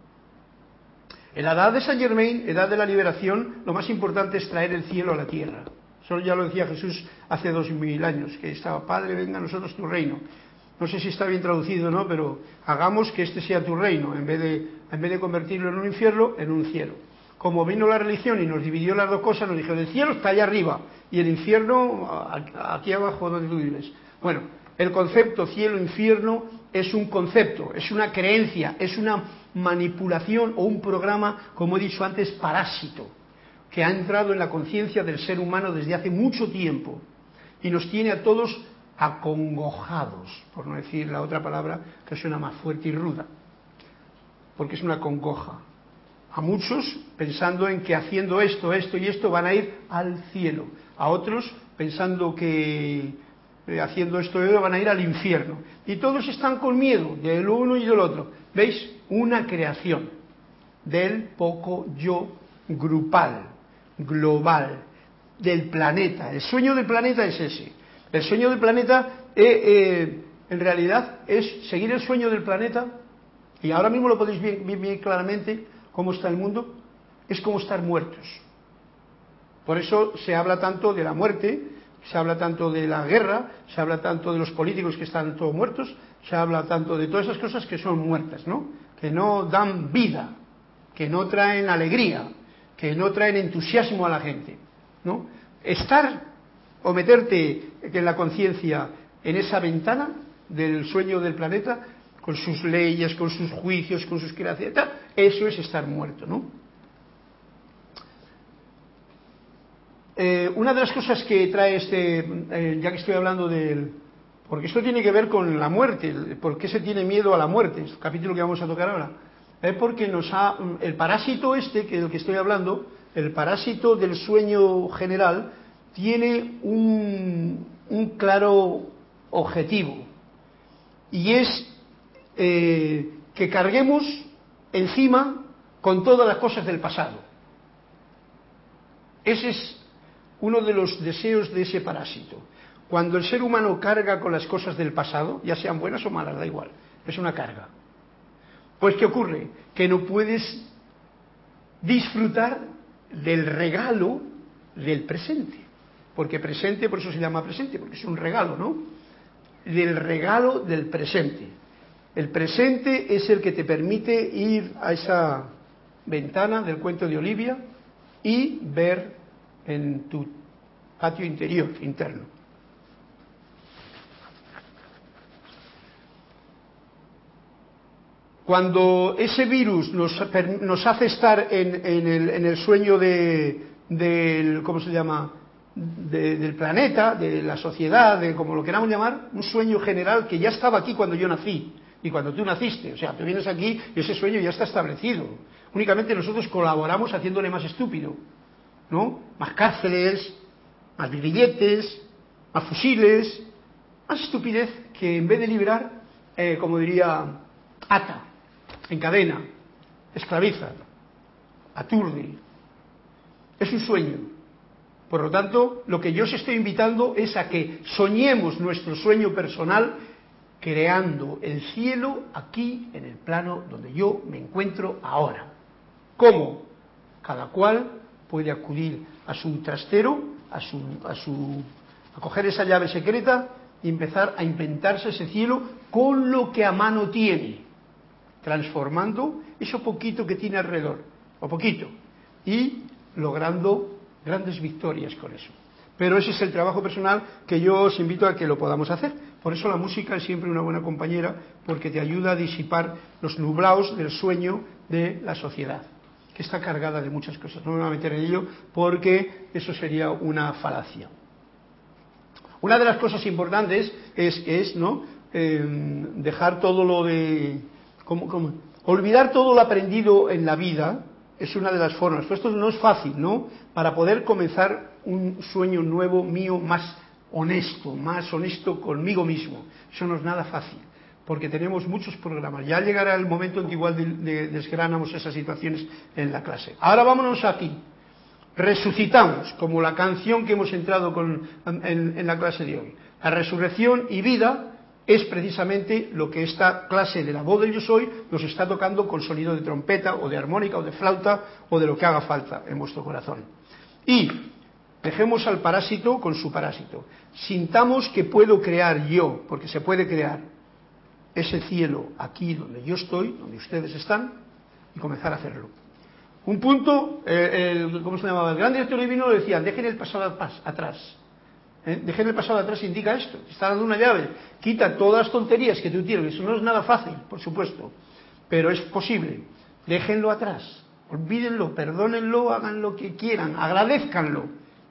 En la edad de Saint Germain, edad de la liberación, lo más importante es traer el cielo a la tierra. Eso ya lo decía Jesús hace dos mil años, que estaba, Padre, venga a nosotros tu reino. No sé si está bien traducido o no, pero hagamos que este sea tu reino, en vez de, en vez de convertirlo en un infierno, en un cielo. Como vino la religión y nos dividió las dos cosas, nos dijeron, el cielo está allá arriba y el infierno aquí abajo donde tú vives. Bueno, el concepto cielo-infierno es un concepto, es una creencia, es una manipulación o un programa, como he dicho antes, parásito, que ha entrado en la conciencia del ser humano desde hace mucho tiempo y nos tiene a todos acongojados, por no decir la otra palabra que suena más fuerte y ruda, porque es una congoja. A muchos pensando en que haciendo esto, esto y esto van a ir al cielo, a otros pensando que eh, haciendo esto y esto van a ir al infierno, y todos están con miedo del uno y del otro. ¿Veis? Una creación del poco yo grupal, global, del planeta. El sueño del planeta es ese. El sueño del planeta eh, eh, en realidad es seguir el sueño del planeta, y ahora mismo lo podéis ver bien, bien claramente cómo está el mundo, es como estar muertos. Por eso se habla tanto de la muerte, se habla tanto de la guerra, se habla tanto de los políticos que están todos muertos, se habla tanto de todas esas cosas que son muertas, ¿no? Que no dan vida, que no traen alegría, que no traen entusiasmo a la gente, ¿no? Estar o meterte en la conciencia en esa ventana del sueño del planeta, con sus leyes, con sus juicios, con sus creaciones, eso es estar muerto, ¿no? Eh, una de las cosas que trae este, eh, ya que estoy hablando del, porque esto tiene que ver con la muerte, ¿por qué se tiene miedo a la muerte? Es el capítulo que vamos a tocar ahora. Es porque nos ha, el parásito este, que del que estoy hablando, el parásito del sueño general, tiene un, un claro objetivo, y es eh, que carguemos encima con todas las cosas del pasado. Ese es uno de los deseos de ese parásito. Cuando el ser humano carga con las cosas del pasado, ya sean buenas o malas, da igual, es una carga. Pues ¿qué ocurre? Que no puedes disfrutar del regalo del presente. Porque presente, por eso se llama presente, porque es un regalo, ¿no? Del regalo del presente. El presente es el que te permite ir a esa ventana del cuento de Olivia y ver en tu patio interior, interno. Cuando ese virus nos, nos hace estar en, en, el, en el sueño de, del, ¿cómo se llama?, de, del planeta, de la sociedad, de como lo queramos llamar, un sueño general que ya estaba aquí cuando yo nací y cuando tú naciste, o sea, tú vienes aquí y ese sueño ya está establecido. Únicamente nosotros colaboramos haciéndole más estúpido, ¿no? Más cárceles, más billetes, más fusiles, más estupidez, que en vez de liberar, eh, como diría, ata, encadena, esclaviza, aturde. Es un sueño. Por lo tanto, lo que yo os estoy invitando es a que soñemos nuestro sueño personal creando el cielo aquí en el plano donde yo me encuentro ahora. ¿Cómo? Cada cual puede acudir a su trastero, a su, a su, a coger esa llave secreta y empezar a inventarse ese cielo con lo que a mano tiene, transformando eso poquito que tiene alrededor, o poquito, y logrando grandes victorias con eso. Pero ese es el trabajo personal que yo os invito a que lo podamos hacer. Por eso la música es siempre una buena compañera, porque te ayuda a disipar los nublados del sueño de la sociedad, que está cargada de muchas cosas. No me voy a meter en ello porque eso sería una falacia. Una de las cosas importantes es, es ¿no? Eh, dejar todo lo de... ¿cómo, cómo? Olvidar todo lo aprendido en la vida es una de las formas. Pues esto no es fácil, ¿no? Para poder comenzar un sueño nuevo mío más honesto, más honesto conmigo mismo. Eso no es nada fácil, porque tenemos muchos programas. Ya llegará el momento en que igual de, de, desgranamos esas situaciones en la clase. Ahora vámonos aquí. Resucitamos, como la canción que hemos entrado con, en, en la clase de hoy. La resurrección y vida es precisamente lo que esta clase de la voz del yo soy nos está tocando con sonido de trompeta o de armónica o de flauta o de lo que haga falta en vuestro corazón. Y dejemos al parásito con su parásito. Sintamos que puedo crear yo, porque se puede crear ese cielo aquí donde yo estoy, donde ustedes están, y comenzar a hacerlo. Un punto, eh, el, ¿cómo se llamaba? El gran director divino lo decía, dejen el pasado atrás. ¿Eh? Dejen el pasado atrás indica esto, te está dando una llave, quita todas las tonterías que tú tienes, eso no es nada fácil, por supuesto, pero es posible. Déjenlo atrás, olvídenlo, perdónenlo, hagan lo que quieran, agradézcanlo.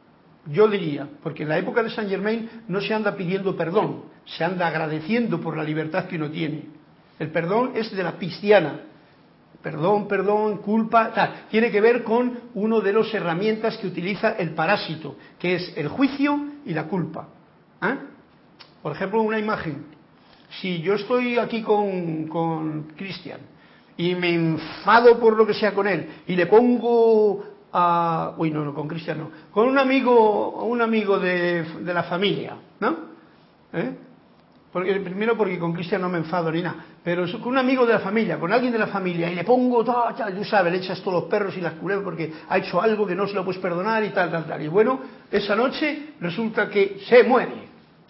Yo diría, porque en la época de Saint Germain no se anda pidiendo perdón, se anda agradeciendo por la libertad que uno tiene. El perdón es de la cristiana. Perdón, perdón, culpa, tal. Tiene que ver con una de las herramientas que utiliza el parásito, que es el juicio y la culpa. ¿Eh? Por ejemplo, una imagen. Si yo estoy aquí con, con Cristian y me enfado por lo que sea con él y le pongo a... Uy, no, no, con Cristian no. Con un amigo, un amigo de, de la familia, ¿no? ¿Eh? Porque, primero porque con Cristian no me enfado ni nada, pero con un amigo de la familia, con alguien de la familia, y le pongo, tal, tal, tú sabes, le echas todos los perros y las culebras porque ha hecho algo que no se lo puedes perdonar y tal, tal, tal. Y bueno, esa noche resulta que se muere.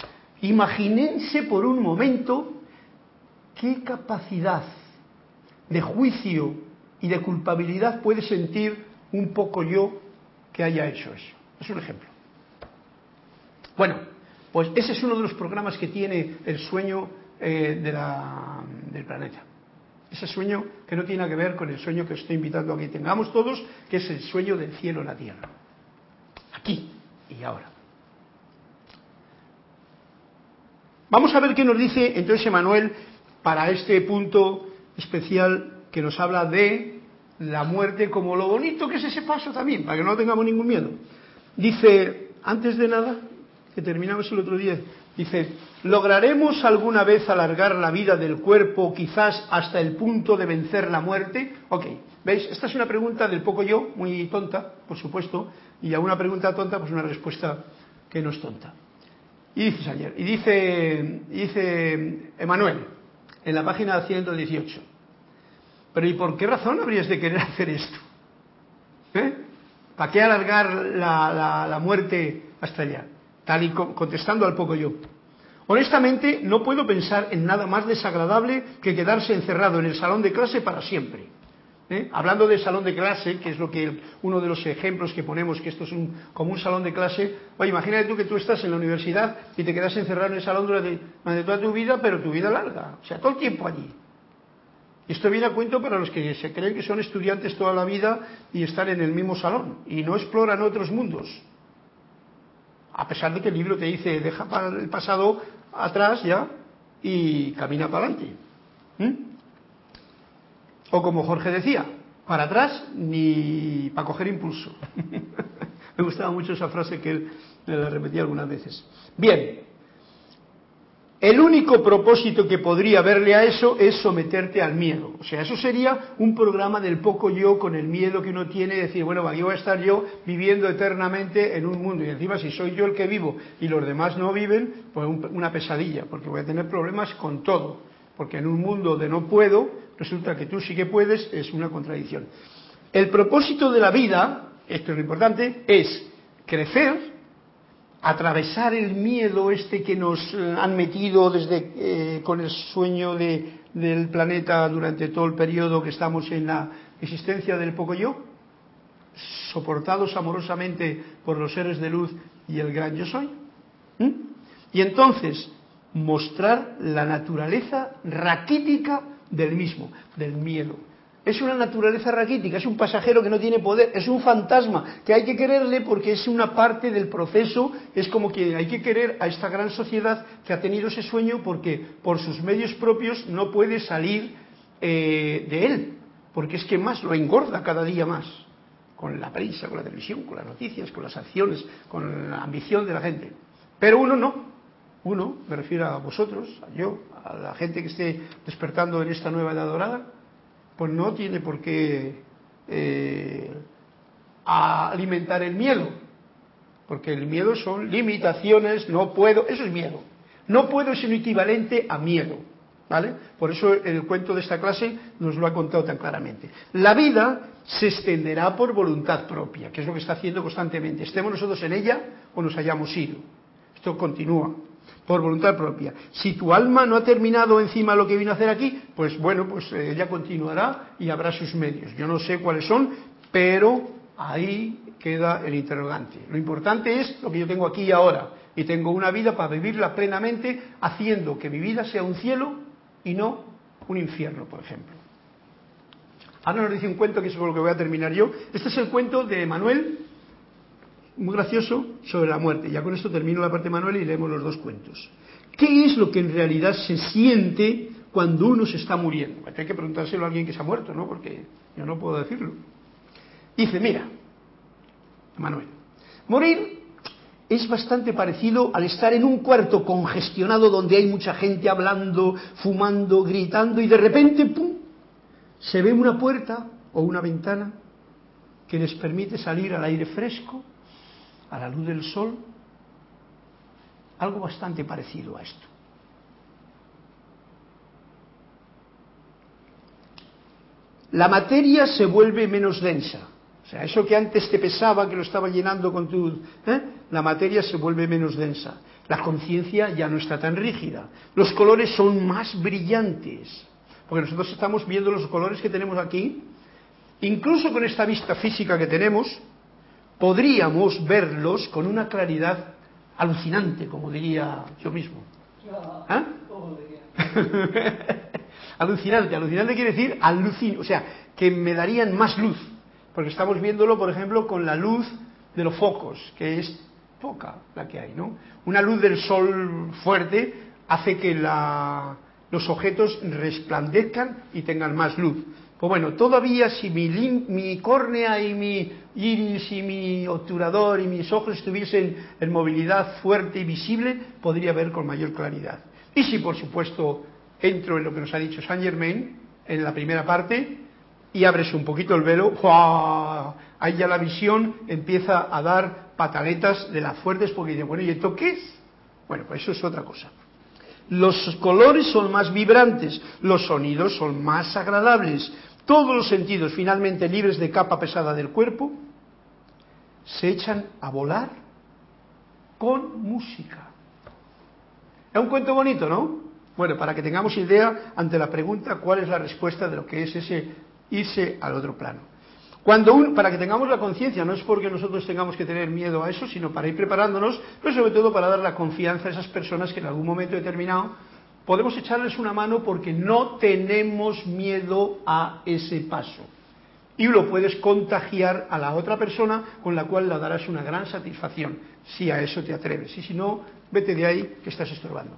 Imagínense por un momento qué capacidad de juicio y de culpabilidad puede sentir un poco yo que haya hecho eso. Es un ejemplo. Bueno, pues ese es uno de los programas que tiene el sueño eh, de la, del planeta. Ese sueño que no tiene que ver con el sueño que os estoy invitando a que tengamos todos, que es el sueño del cielo en la tierra. Aquí y ahora. Vamos a ver qué nos dice entonces Emmanuel para este punto especial que nos habla de la muerte como lo bonito que es ese paso también, para que no tengamos ningún miedo. Dice, antes de nada, que terminamos el otro día, dice, ¿lograremos alguna vez alargar la vida del cuerpo quizás hasta el punto de vencer la muerte? Ok, ¿veis? Esta es una pregunta del poco yo, muy tonta, por supuesto, y a una pregunta tonta, pues una respuesta que no es tonta. Y dice ayer, y dice, dice Emmanuel, en la página ciento dieciocho, pero ¿y por qué razón habrías de querer hacer esto? ¿Eh? ¿Para qué alargar la, la, la muerte hasta allá? Tal y contestando al poco yo. Honestamente, no puedo pensar en nada más desagradable que quedarse encerrado en el salón de clase para siempre. ¿Eh? Hablando de salón de clase, que es lo que uno de los ejemplos que ponemos, que esto es un, como un salón de clase. Oye, imagínate tú que tú estás en la universidad y te quedas encerrado en el salón durante, durante toda tu vida, pero tu vida larga, o sea, todo el tiempo allí. Esto viene a cuento para los que se creen que son estudiantes toda la vida y están en el mismo salón y no exploran otros mundos. A pesar de que el libro te dice, deja el pasado atrás ya y camina para adelante. ¿Mm? O como Jorge decía, para atrás ni para coger impulso. Me gustaba mucho esa frase que él la repetía algunas veces. Bien, el único propósito que podría verle a eso es someterte al miedo. O sea, eso sería un programa del poco yo con el miedo que uno tiene, decir, bueno, aquí voy a estar yo viviendo eternamente en un mundo. Y encima, si soy yo el que vivo y los demás no viven, pues una pesadilla, porque voy a tener problemas con todo. Porque en un mundo de no puedo, resulta que tú sí que puedes, es una contradicción. El propósito de la vida, esto es lo importante, es crecer, atravesar el miedo este que nos han metido desde eh, con el sueño de, del planeta durante todo el periodo que estamos en la existencia del poco yo, soportados amorosamente por los seres de luz y el gran yo soy. ¿Mm? Y entonces mostrar la naturaleza raquítica del mismo, del miedo. Es una naturaleza raquítica, es un pasajero que no tiene poder, es un fantasma que hay que quererle porque es una parte del proceso, es como que hay que querer a esta gran sociedad que ha tenido ese sueño porque por sus medios propios no puede salir eh, de él, porque es que más lo engorda cada día más, con la prensa, con la televisión, con las noticias, con las acciones, con la ambición de la gente. Pero uno no, uno, me refiero a vosotros, a yo, a la gente que esté despertando en esta nueva edad dorada, pues no tiene por qué eh, alimentar el miedo, porque el miedo son limitaciones, no puedo, eso es miedo, no puedo es un equivalente a miedo, ¿vale? Por eso el cuento de esta clase nos lo ha contado tan claramente. La vida se extenderá por voluntad propia, que es lo que está haciendo constantemente, estemos nosotros en ella o nos hayamos ido, esto continúa. Por voluntad propia. Si tu alma no ha terminado encima lo que vino a hacer aquí, pues bueno, pues ella eh, continuará y habrá sus medios. Yo no sé cuáles son, pero ahí queda el interrogante. Lo importante es lo que yo tengo aquí y ahora. Y tengo una vida para vivirla plenamente, haciendo que mi vida sea un cielo y no un infierno, por ejemplo. Ahora nos dice un cuento que es con lo que voy a terminar yo. Este es el cuento de Manuel, muy gracioso, sobre la muerte. Ya con esto termino la parte de Manuel y leemos los dos cuentos. ¿Qué es lo que en realidad se siente cuando uno se está muriendo? Hay que preguntárselo a alguien que se ha muerto, ¿no? Porque yo no puedo decirlo. Dice, mira, Manuel, morir es bastante parecido al estar en un cuarto congestionado donde hay mucha gente hablando, fumando, gritando y de repente, ¡pum!, se ve una puerta o una ventana que les permite salir al aire fresco, a la luz del sol, algo bastante parecido a esto. La materia se vuelve menos densa, o sea, eso que antes te pesaba, que lo estaba llenando con tu... ¿eh? La materia se vuelve menos densa, la conciencia ya no está tan rígida, los colores son más brillantes, porque nosotros estamos viendo los colores que tenemos aquí, incluso con esta vista física que tenemos, podríamos verlos con una claridad alucinante, como diría yo mismo. ¿Ah? alucinante, alucinante quiere decir alucin, o sea, que me darían más luz, porque estamos viéndolo, por ejemplo, con la luz de los focos, que es poca la que hay, ¿no? Una luz del sol fuerte hace que la, los objetos resplandezcan y tengan más luz. Pues bueno, todavía si mi, mi córnea y mi iris y mi obturador y mis ojos estuviesen en movilidad fuerte y visible, podría ver con mayor claridad. Y si por supuesto entro en lo que nos ha dicho Saint Germain en la primera parte y abres un poquito el velo, ¡wow!, ahí ya la visión empieza a dar pataletas de las fuertes porque dice, bueno, ¿y esto qué es? Bueno, pues eso es otra cosa. Los colores son más vibrantes, los sonidos son más agradables, todos los sentidos finalmente libres de capa pesada del cuerpo se echan a volar con música. Es un cuento bonito, ¿no? Bueno, para que tengamos idea ante la pregunta cuál es la respuesta de lo que es ese irse al otro plano. Cuando un, para que tengamos la conciencia, no es porque nosotros tengamos que tener miedo a eso, sino para ir preparándonos, pero sobre todo para dar la confianza a esas personas que en algún momento determinado podemos echarles una mano porque no tenemos miedo a ese paso. Y lo puedes contagiar a la otra persona con la cual le darás una gran satisfacción, si a eso te atreves. Y si no, vete de ahí que estás estorbando.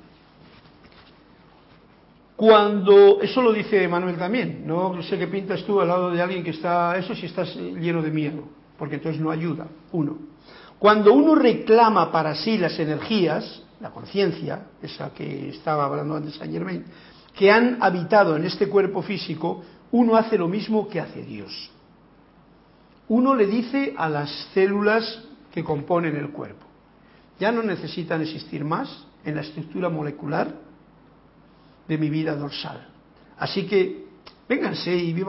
Cuando, eso lo dice Manuel también, no sé qué pintas tú al lado de alguien que está, eso si estás lleno de miedo, porque entonces no ayuda, uno. Cuando uno reclama para sí las energías, la conciencia, esa que estaba hablando antes Saint Germain, que han habitado en este cuerpo físico, uno hace lo mismo que hace Dios. Uno le dice a las células que componen el cuerpo, ya no necesitan existir más en la estructura molecular de mi vida dorsal. Así que vénganse y vivan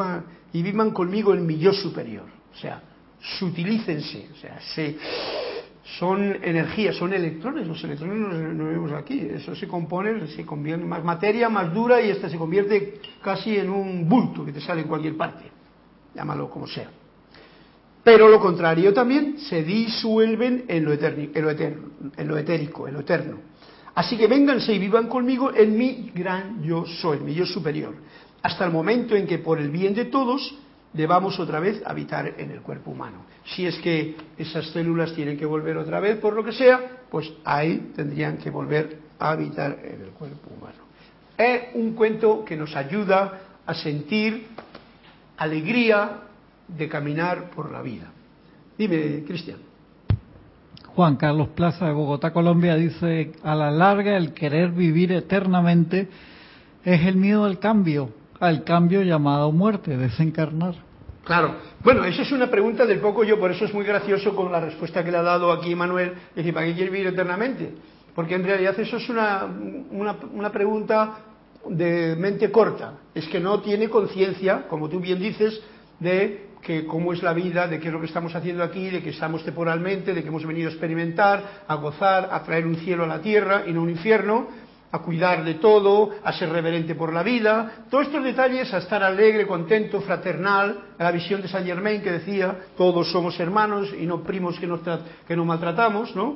y vivan conmigo en mi yo superior. O sea, sutilícense, o sea, se, son energías, son electrones, los electrones no los vemos aquí, eso se compone, se convierte en más materia, más dura, y esta se convierte casi en un bulto que te sale en cualquier parte, llámalo como sea. Pero lo contrario también, se disuelven en lo, eterni, en lo, eterno, en lo etérico, en lo eterno. Así que vénganse y vivan conmigo en mi gran yo soy, mi yo superior, hasta el momento en que por el bien de todos debamos otra vez habitar en el cuerpo humano. Si es que esas células tienen que volver otra vez por lo que sea, pues ahí tendrían que volver a habitar en el cuerpo humano. Es un cuento que nos ayuda a sentir alegría de caminar por la vida. Dime, Cristian. Juan Carlos Plaza de Bogotá, Colombia, dice: a la larga el querer vivir eternamente es el miedo al cambio, al cambio llamado muerte, desencarnar. Claro, bueno, esa es una pregunta del poco yo, por eso es muy gracioso con la respuesta que le ha dado aquí Manuel, es decir, ¿para qué quiere vivir eternamente? Porque en realidad eso es una, una, una pregunta de mente corta, es que no tiene conciencia, como tú bien dices, de que cómo es la vida, de qué es lo que estamos haciendo aquí, de que estamos temporalmente, de que hemos venido a experimentar, a gozar, a traer un cielo a la tierra y no un infierno, a cuidar de todo, a ser reverente por la vida, todos estos detalles, a estar alegre, contento, fraternal, a la visión de Saint Germain que decía, todos somos hermanos y no primos que nos, que nos maltratamos, ¿no?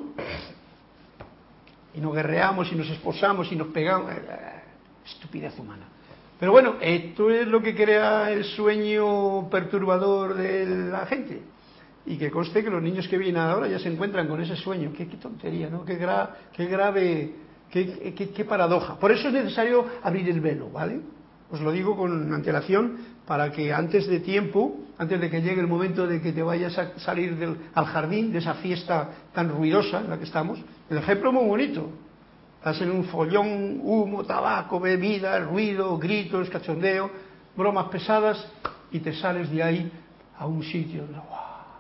Y nos guerreamos y nos esposamos y nos pegamos, estupidez humana. Pero bueno, esto es lo que crea el sueño perturbador de la gente. Y que conste que los niños que vienen ahora ya se encuentran con ese sueño. Qué, qué tontería, ¿no? Qué, gra, qué grave, qué, qué, qué paradoja. Por eso es necesario abrir el velo, ¿vale? Os lo digo con antelación para que antes de tiempo, antes de que llegue el momento de que te vayas a salir del, al jardín, de esa fiesta tan ruidosa en la que estamos, el ejemplo es muy bonito. Estás en un follón, humo, tabaco, bebida, ruido, gritos, cachondeo, bromas pesadas, y te sales de ahí a un sitio donde ¡wow!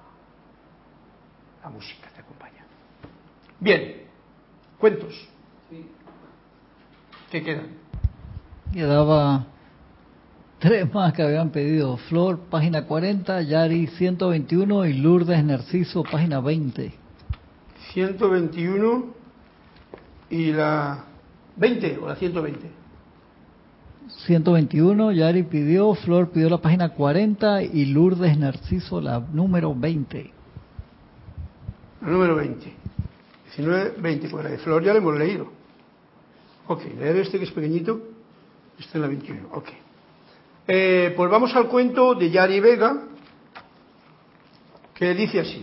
La música te acompaña. Bien, cuentos. Sí. ¿Qué quedan? Quedaba tres más que habían pedido: Flor, página cuarenta, Yari, ciento veintiuno, y Lourdes Narciso, página veinte. ciento veintiuno y la veinte o la ciento veinte. ciento veintiuno, Yari pidió, Flor pidió la página cuarenta y Lourdes Narciso la número veinte. La número veinte. diecinueve, veinte, pues la de Flor ya la hemos leído. Ok, leer este que es pequeñito, este en la veintiuno, ok. Eh, pues vamos al cuento de Yari Vega, que dice así.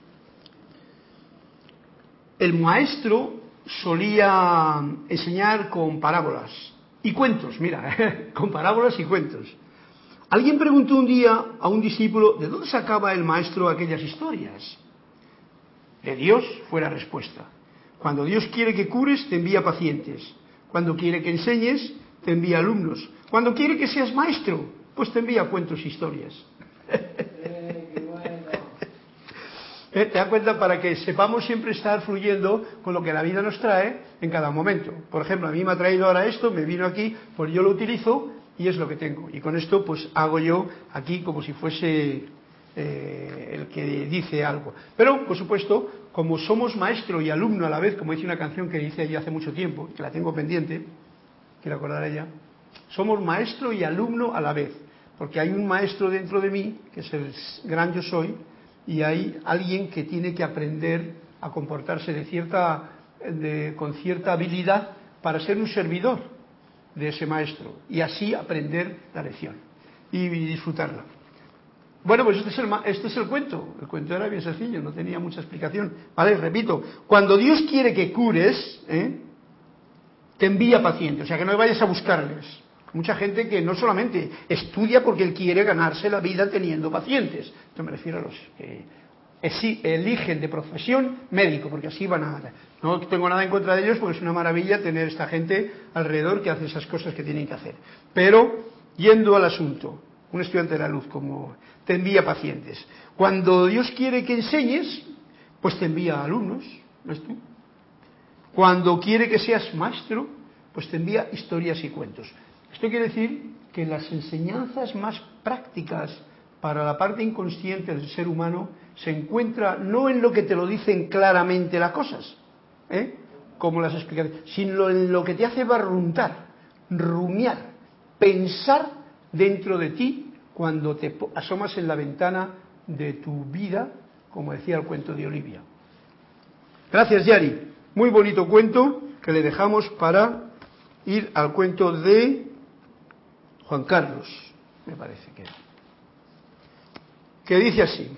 El maestro solía enseñar con parábolas y cuentos, mira, con parábolas y cuentos. Alguien preguntó un día a un discípulo de dónde sacaba el maestro aquellas historias. De Dios fue la respuesta. Cuando Dios quiere que cures, te envía pacientes. Cuando quiere que enseñes, te envía alumnos. Cuando quiere que seas maestro, pues te envía cuentos e historias. Eh, qué bueno. ¿Eh? ¿Te das cuenta? Para que sepamos siempre estar fluyendo con lo que la vida nos trae en cada momento. Por ejemplo, a mí me ha traído ahora esto, me vino aquí, pues yo lo utilizo y es lo que tengo. Y con esto pues hago yo aquí como si fuese eh, el que dice algo. Pero, por supuesto, como somos maestro y alumno a la vez, como dice una canción que hice yo hace mucho tiempo, que la tengo pendiente, quiero acordar a ella, somos maestro y alumno a la vez. Porque hay un maestro dentro de mí, que es el gran yo soy, y hay alguien que tiene que aprender a comportarse de cierta, de, con cierta habilidad para ser un servidor de ese maestro y así aprender la lección y disfrutarla. Bueno, pues este es el, este es el cuento. El cuento era bien sencillo, no tenía mucha explicación. Vale, repito, cuando Dios quiere que cures, ¿eh? te envía pacientes, o sea que no vayas a buscarles. Mucha gente que no solamente estudia porque él quiere ganarse la vida teniendo pacientes. Esto me refiero a los que eligen de profesión médico, porque así van a... No tengo nada en contra de ellos porque es una maravilla tener esta gente alrededor que hace esas cosas que tienen que hacer. Pero, yendo al asunto, un estudiante de la luz como te envía pacientes. Cuando Dios quiere que enseñes, pues te envía alumnos, ¿ves tú? Cuando quiere que seas maestro, pues te envía historias y cuentos. Esto quiere decir que las enseñanzas más prácticas para la parte inconsciente del ser humano se encuentra no en lo que te lo dicen claramente las cosas, ¿eh? como las explicaciones, sino en lo que te hace barruntar, rumiar, pensar dentro de ti cuando te asomas en la ventana de tu vida, como decía el cuento de Olivia. Gracias, Yari. Muy bonito cuento que le dejamos para ir al cuento de Juan Carlos, me parece que que dice así: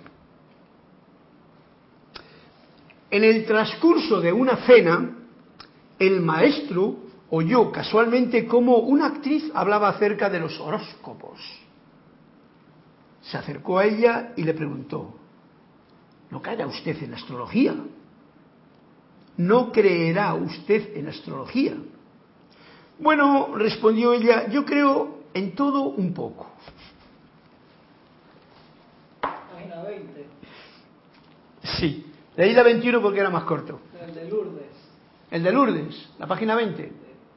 en el transcurso de una cena, el maestro oyó casualmente cómo una actriz hablaba acerca de los horóscopos. Se acercó a ella y le preguntó: ¿no caerá usted en la astrología? ¿No creerá usted en la astrología? Bueno, respondió ella, yo creo en todo un poco. Página veinte. Sí, leí la veintiuno porque era más corto. El de Lourdes. El de Lourdes, la página veinte.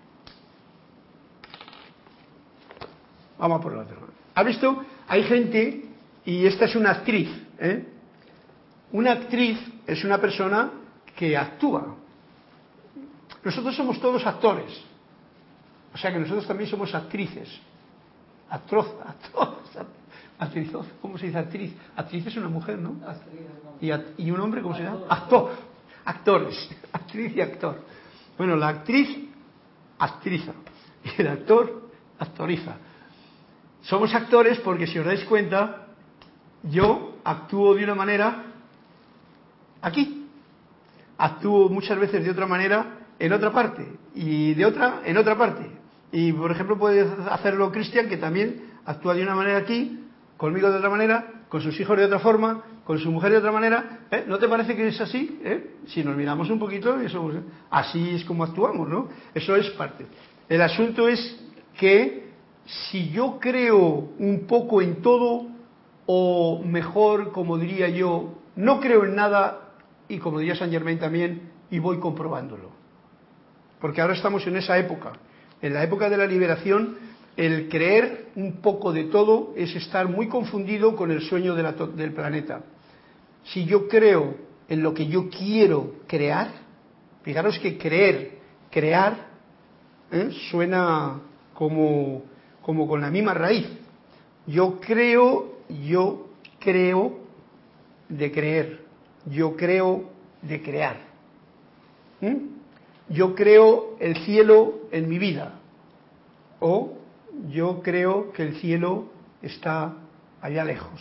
Vamos a por la otra. ¿Ha visto? Hay gente, y esta es una actriz, ¿eh? Una actriz es una persona que actúa. Nosotros somos todos actores. O sea que nosotros también somos actrices. Actroz, actor, actriz, ¿cómo se dice actriz? Actriz es una mujer, ¿no? ¿Y, a, y un hombre cómo se llama? Actor. Actores. Actriz y actor. Bueno, la actriz, actriza. Y el actor, actoriza. Somos actores porque, si os dais cuenta, yo actúo de una manera aquí. Actúo muchas veces de otra manera en otra parte. Y de otra en otra parte. Y, por ejemplo, puede hacerlo Cristian, que también actúa de una manera aquí, conmigo de otra manera, con sus hijos de otra forma, con su mujer de otra manera. ¿Eh? ¿No te parece que es así? ¿Eh? Si nos miramos un poquito, eso, así es como actuamos, ¿no? Eso es parte. El asunto es que si yo creo un poco en todo, o mejor, como diría yo, no creo en nada, y como diría Saint Germain también, y voy comprobándolo. Porque ahora estamos en esa época. En la época de la liberación, el creer un poco de todo es estar muy confundido con el sueño de la, del planeta. Si yo creo en lo que yo quiero crear, fijaros que creer, crear, ¿eh? suena como, como con la misma raíz. Yo creo, yo creo de creer, yo creo de crear. ¿Mm? Yo creo el cielo en mi vida, o yo creo que el cielo está allá lejos.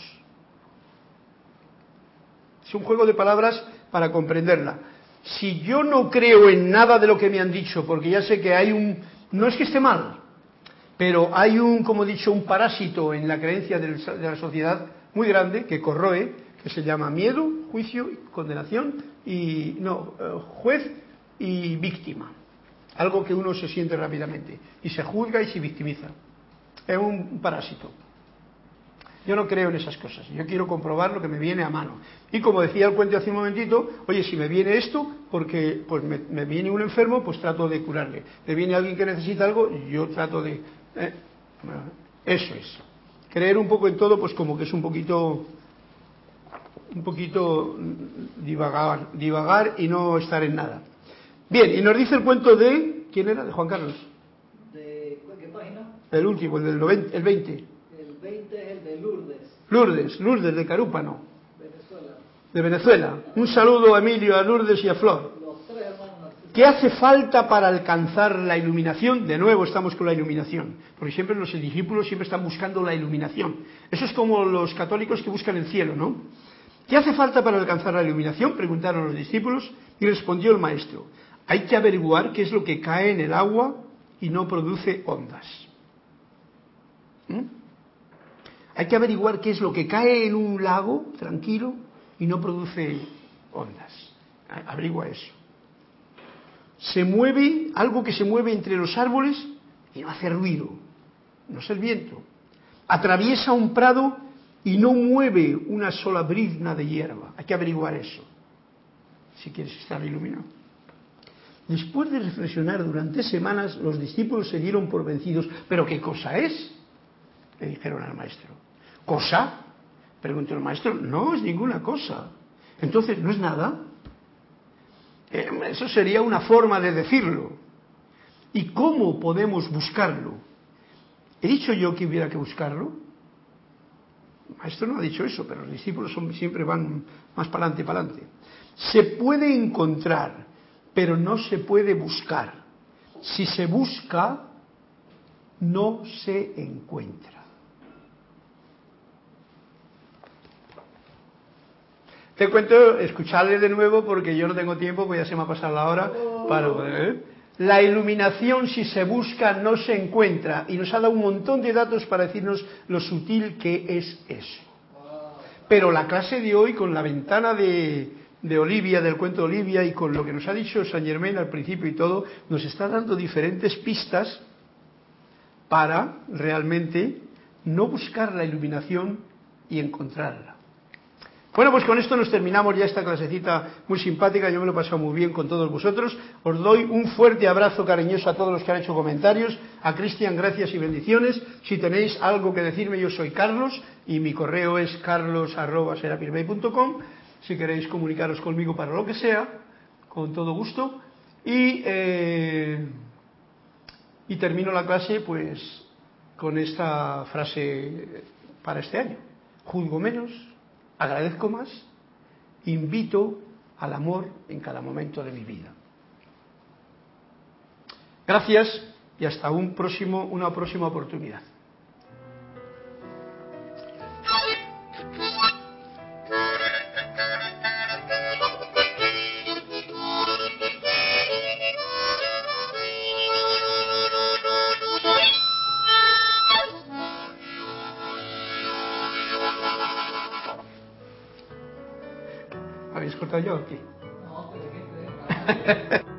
Es un juego de palabras para comprenderla. Si yo no creo en nada de lo que me han dicho, porque ya sé que hay un, no es que esté mal, pero hay un, como he dicho, un parásito en la creencia de la sociedad muy grande que corroe, que se llama miedo, juicio, condenación y no, juez y víctima. Algo que uno se siente rápidamente y se juzga y se victimiza. Es un parásito. Yo no creo en esas cosas. Yo quiero comprobar lo que me viene a mano. Y como decía el cuento hace un momentito, oye, si me viene esto, porque pues me, me viene un enfermo, pues trato de curarle. Me viene alguien que necesita algo, yo trato de... ¿eh? Eso es. Creer un poco en todo, pues como que es un poquito... un poquito divagar, divagar y no estar en nada. Bien, y nos dice el cuento de... ¿Quién era? De Juan Carlos. ¿De qué página? El último, el del noventa, el veinte. El veinte es el de Lourdes. Lourdes, Lourdes de Carúpano. Venezuela. De Venezuela. Un saludo a Emilio, a Lourdes y a Flor. Los tres hermanos. ¿Qué hace falta para alcanzar la iluminación? De nuevo estamos con la iluminación, porque siempre los discípulos siempre están buscando la iluminación. Eso es como los católicos que buscan el cielo, ¿no? ¿Qué hace falta para alcanzar la iluminación?, preguntaron los discípulos, y respondió el maestro: hay que averiguar qué es lo que cae en el agua y no produce ondas. ¿Mm? Hay que averiguar qué es lo que cae en un lago tranquilo y no produce ondas. Averigua eso. Se mueve, algo que se mueve entre los árboles y no hace ruido. No es el viento. Atraviesa un prado y no mueve una sola brizna de hierba. Hay que averiguar eso, si quieres estar iluminado. Después de reflexionar durante semanas, los discípulos se dieron por vencidos. ¿Pero qué cosa es? le dijeron al maestro. ¿Cosa? Preguntó el maestro. No es ninguna cosa. Entonces, ¿no es nada? Eh, eso sería una forma de decirlo. ¿Y cómo podemos buscarlo? ¿He dicho yo que hubiera que buscarlo? El maestro no ha dicho eso, pero los discípulos son, siempre van más para adelante, para adelante. Se puede encontrar, pero no se puede buscar. Si se busca, no se encuentra. Te cuento, escucharle de nuevo porque yo no tengo tiempo, pues ya se me ha pasado la hora para poder. La iluminación, si se busca, no se encuentra. Y nos ha dado un montón de datos para decirnos lo sutil que es eso. Pero la clase de hoy, con la ventana de, de Olivia, del cuento de Olivia, y con lo que nos ha dicho Saint Germain al principio y todo, nos está dando diferentes pistas para realmente no buscar la iluminación y encontrarla. Bueno, pues con esto nos terminamos ya esta clasecita muy simpática. Yo me lo he pasado muy bien con todos vosotros. Os doy un fuerte abrazo cariñoso a todos los que han hecho comentarios. A Cristian, gracias y bendiciones. Si tenéis algo que decirme, yo soy Carlos y mi correo es carlos arroba serapis bay punto com. Si queréis comunicaros conmigo para lo que sea, con todo gusto. Y, eh, y termino la clase pues con esta frase para este año. Juzgo menos, agradezco más, invito al amor en cada momento de mi vida. Gracias y hasta un próximo, una próxima oportunidad. ¿Habéis cortado yo aquí? No, pero que te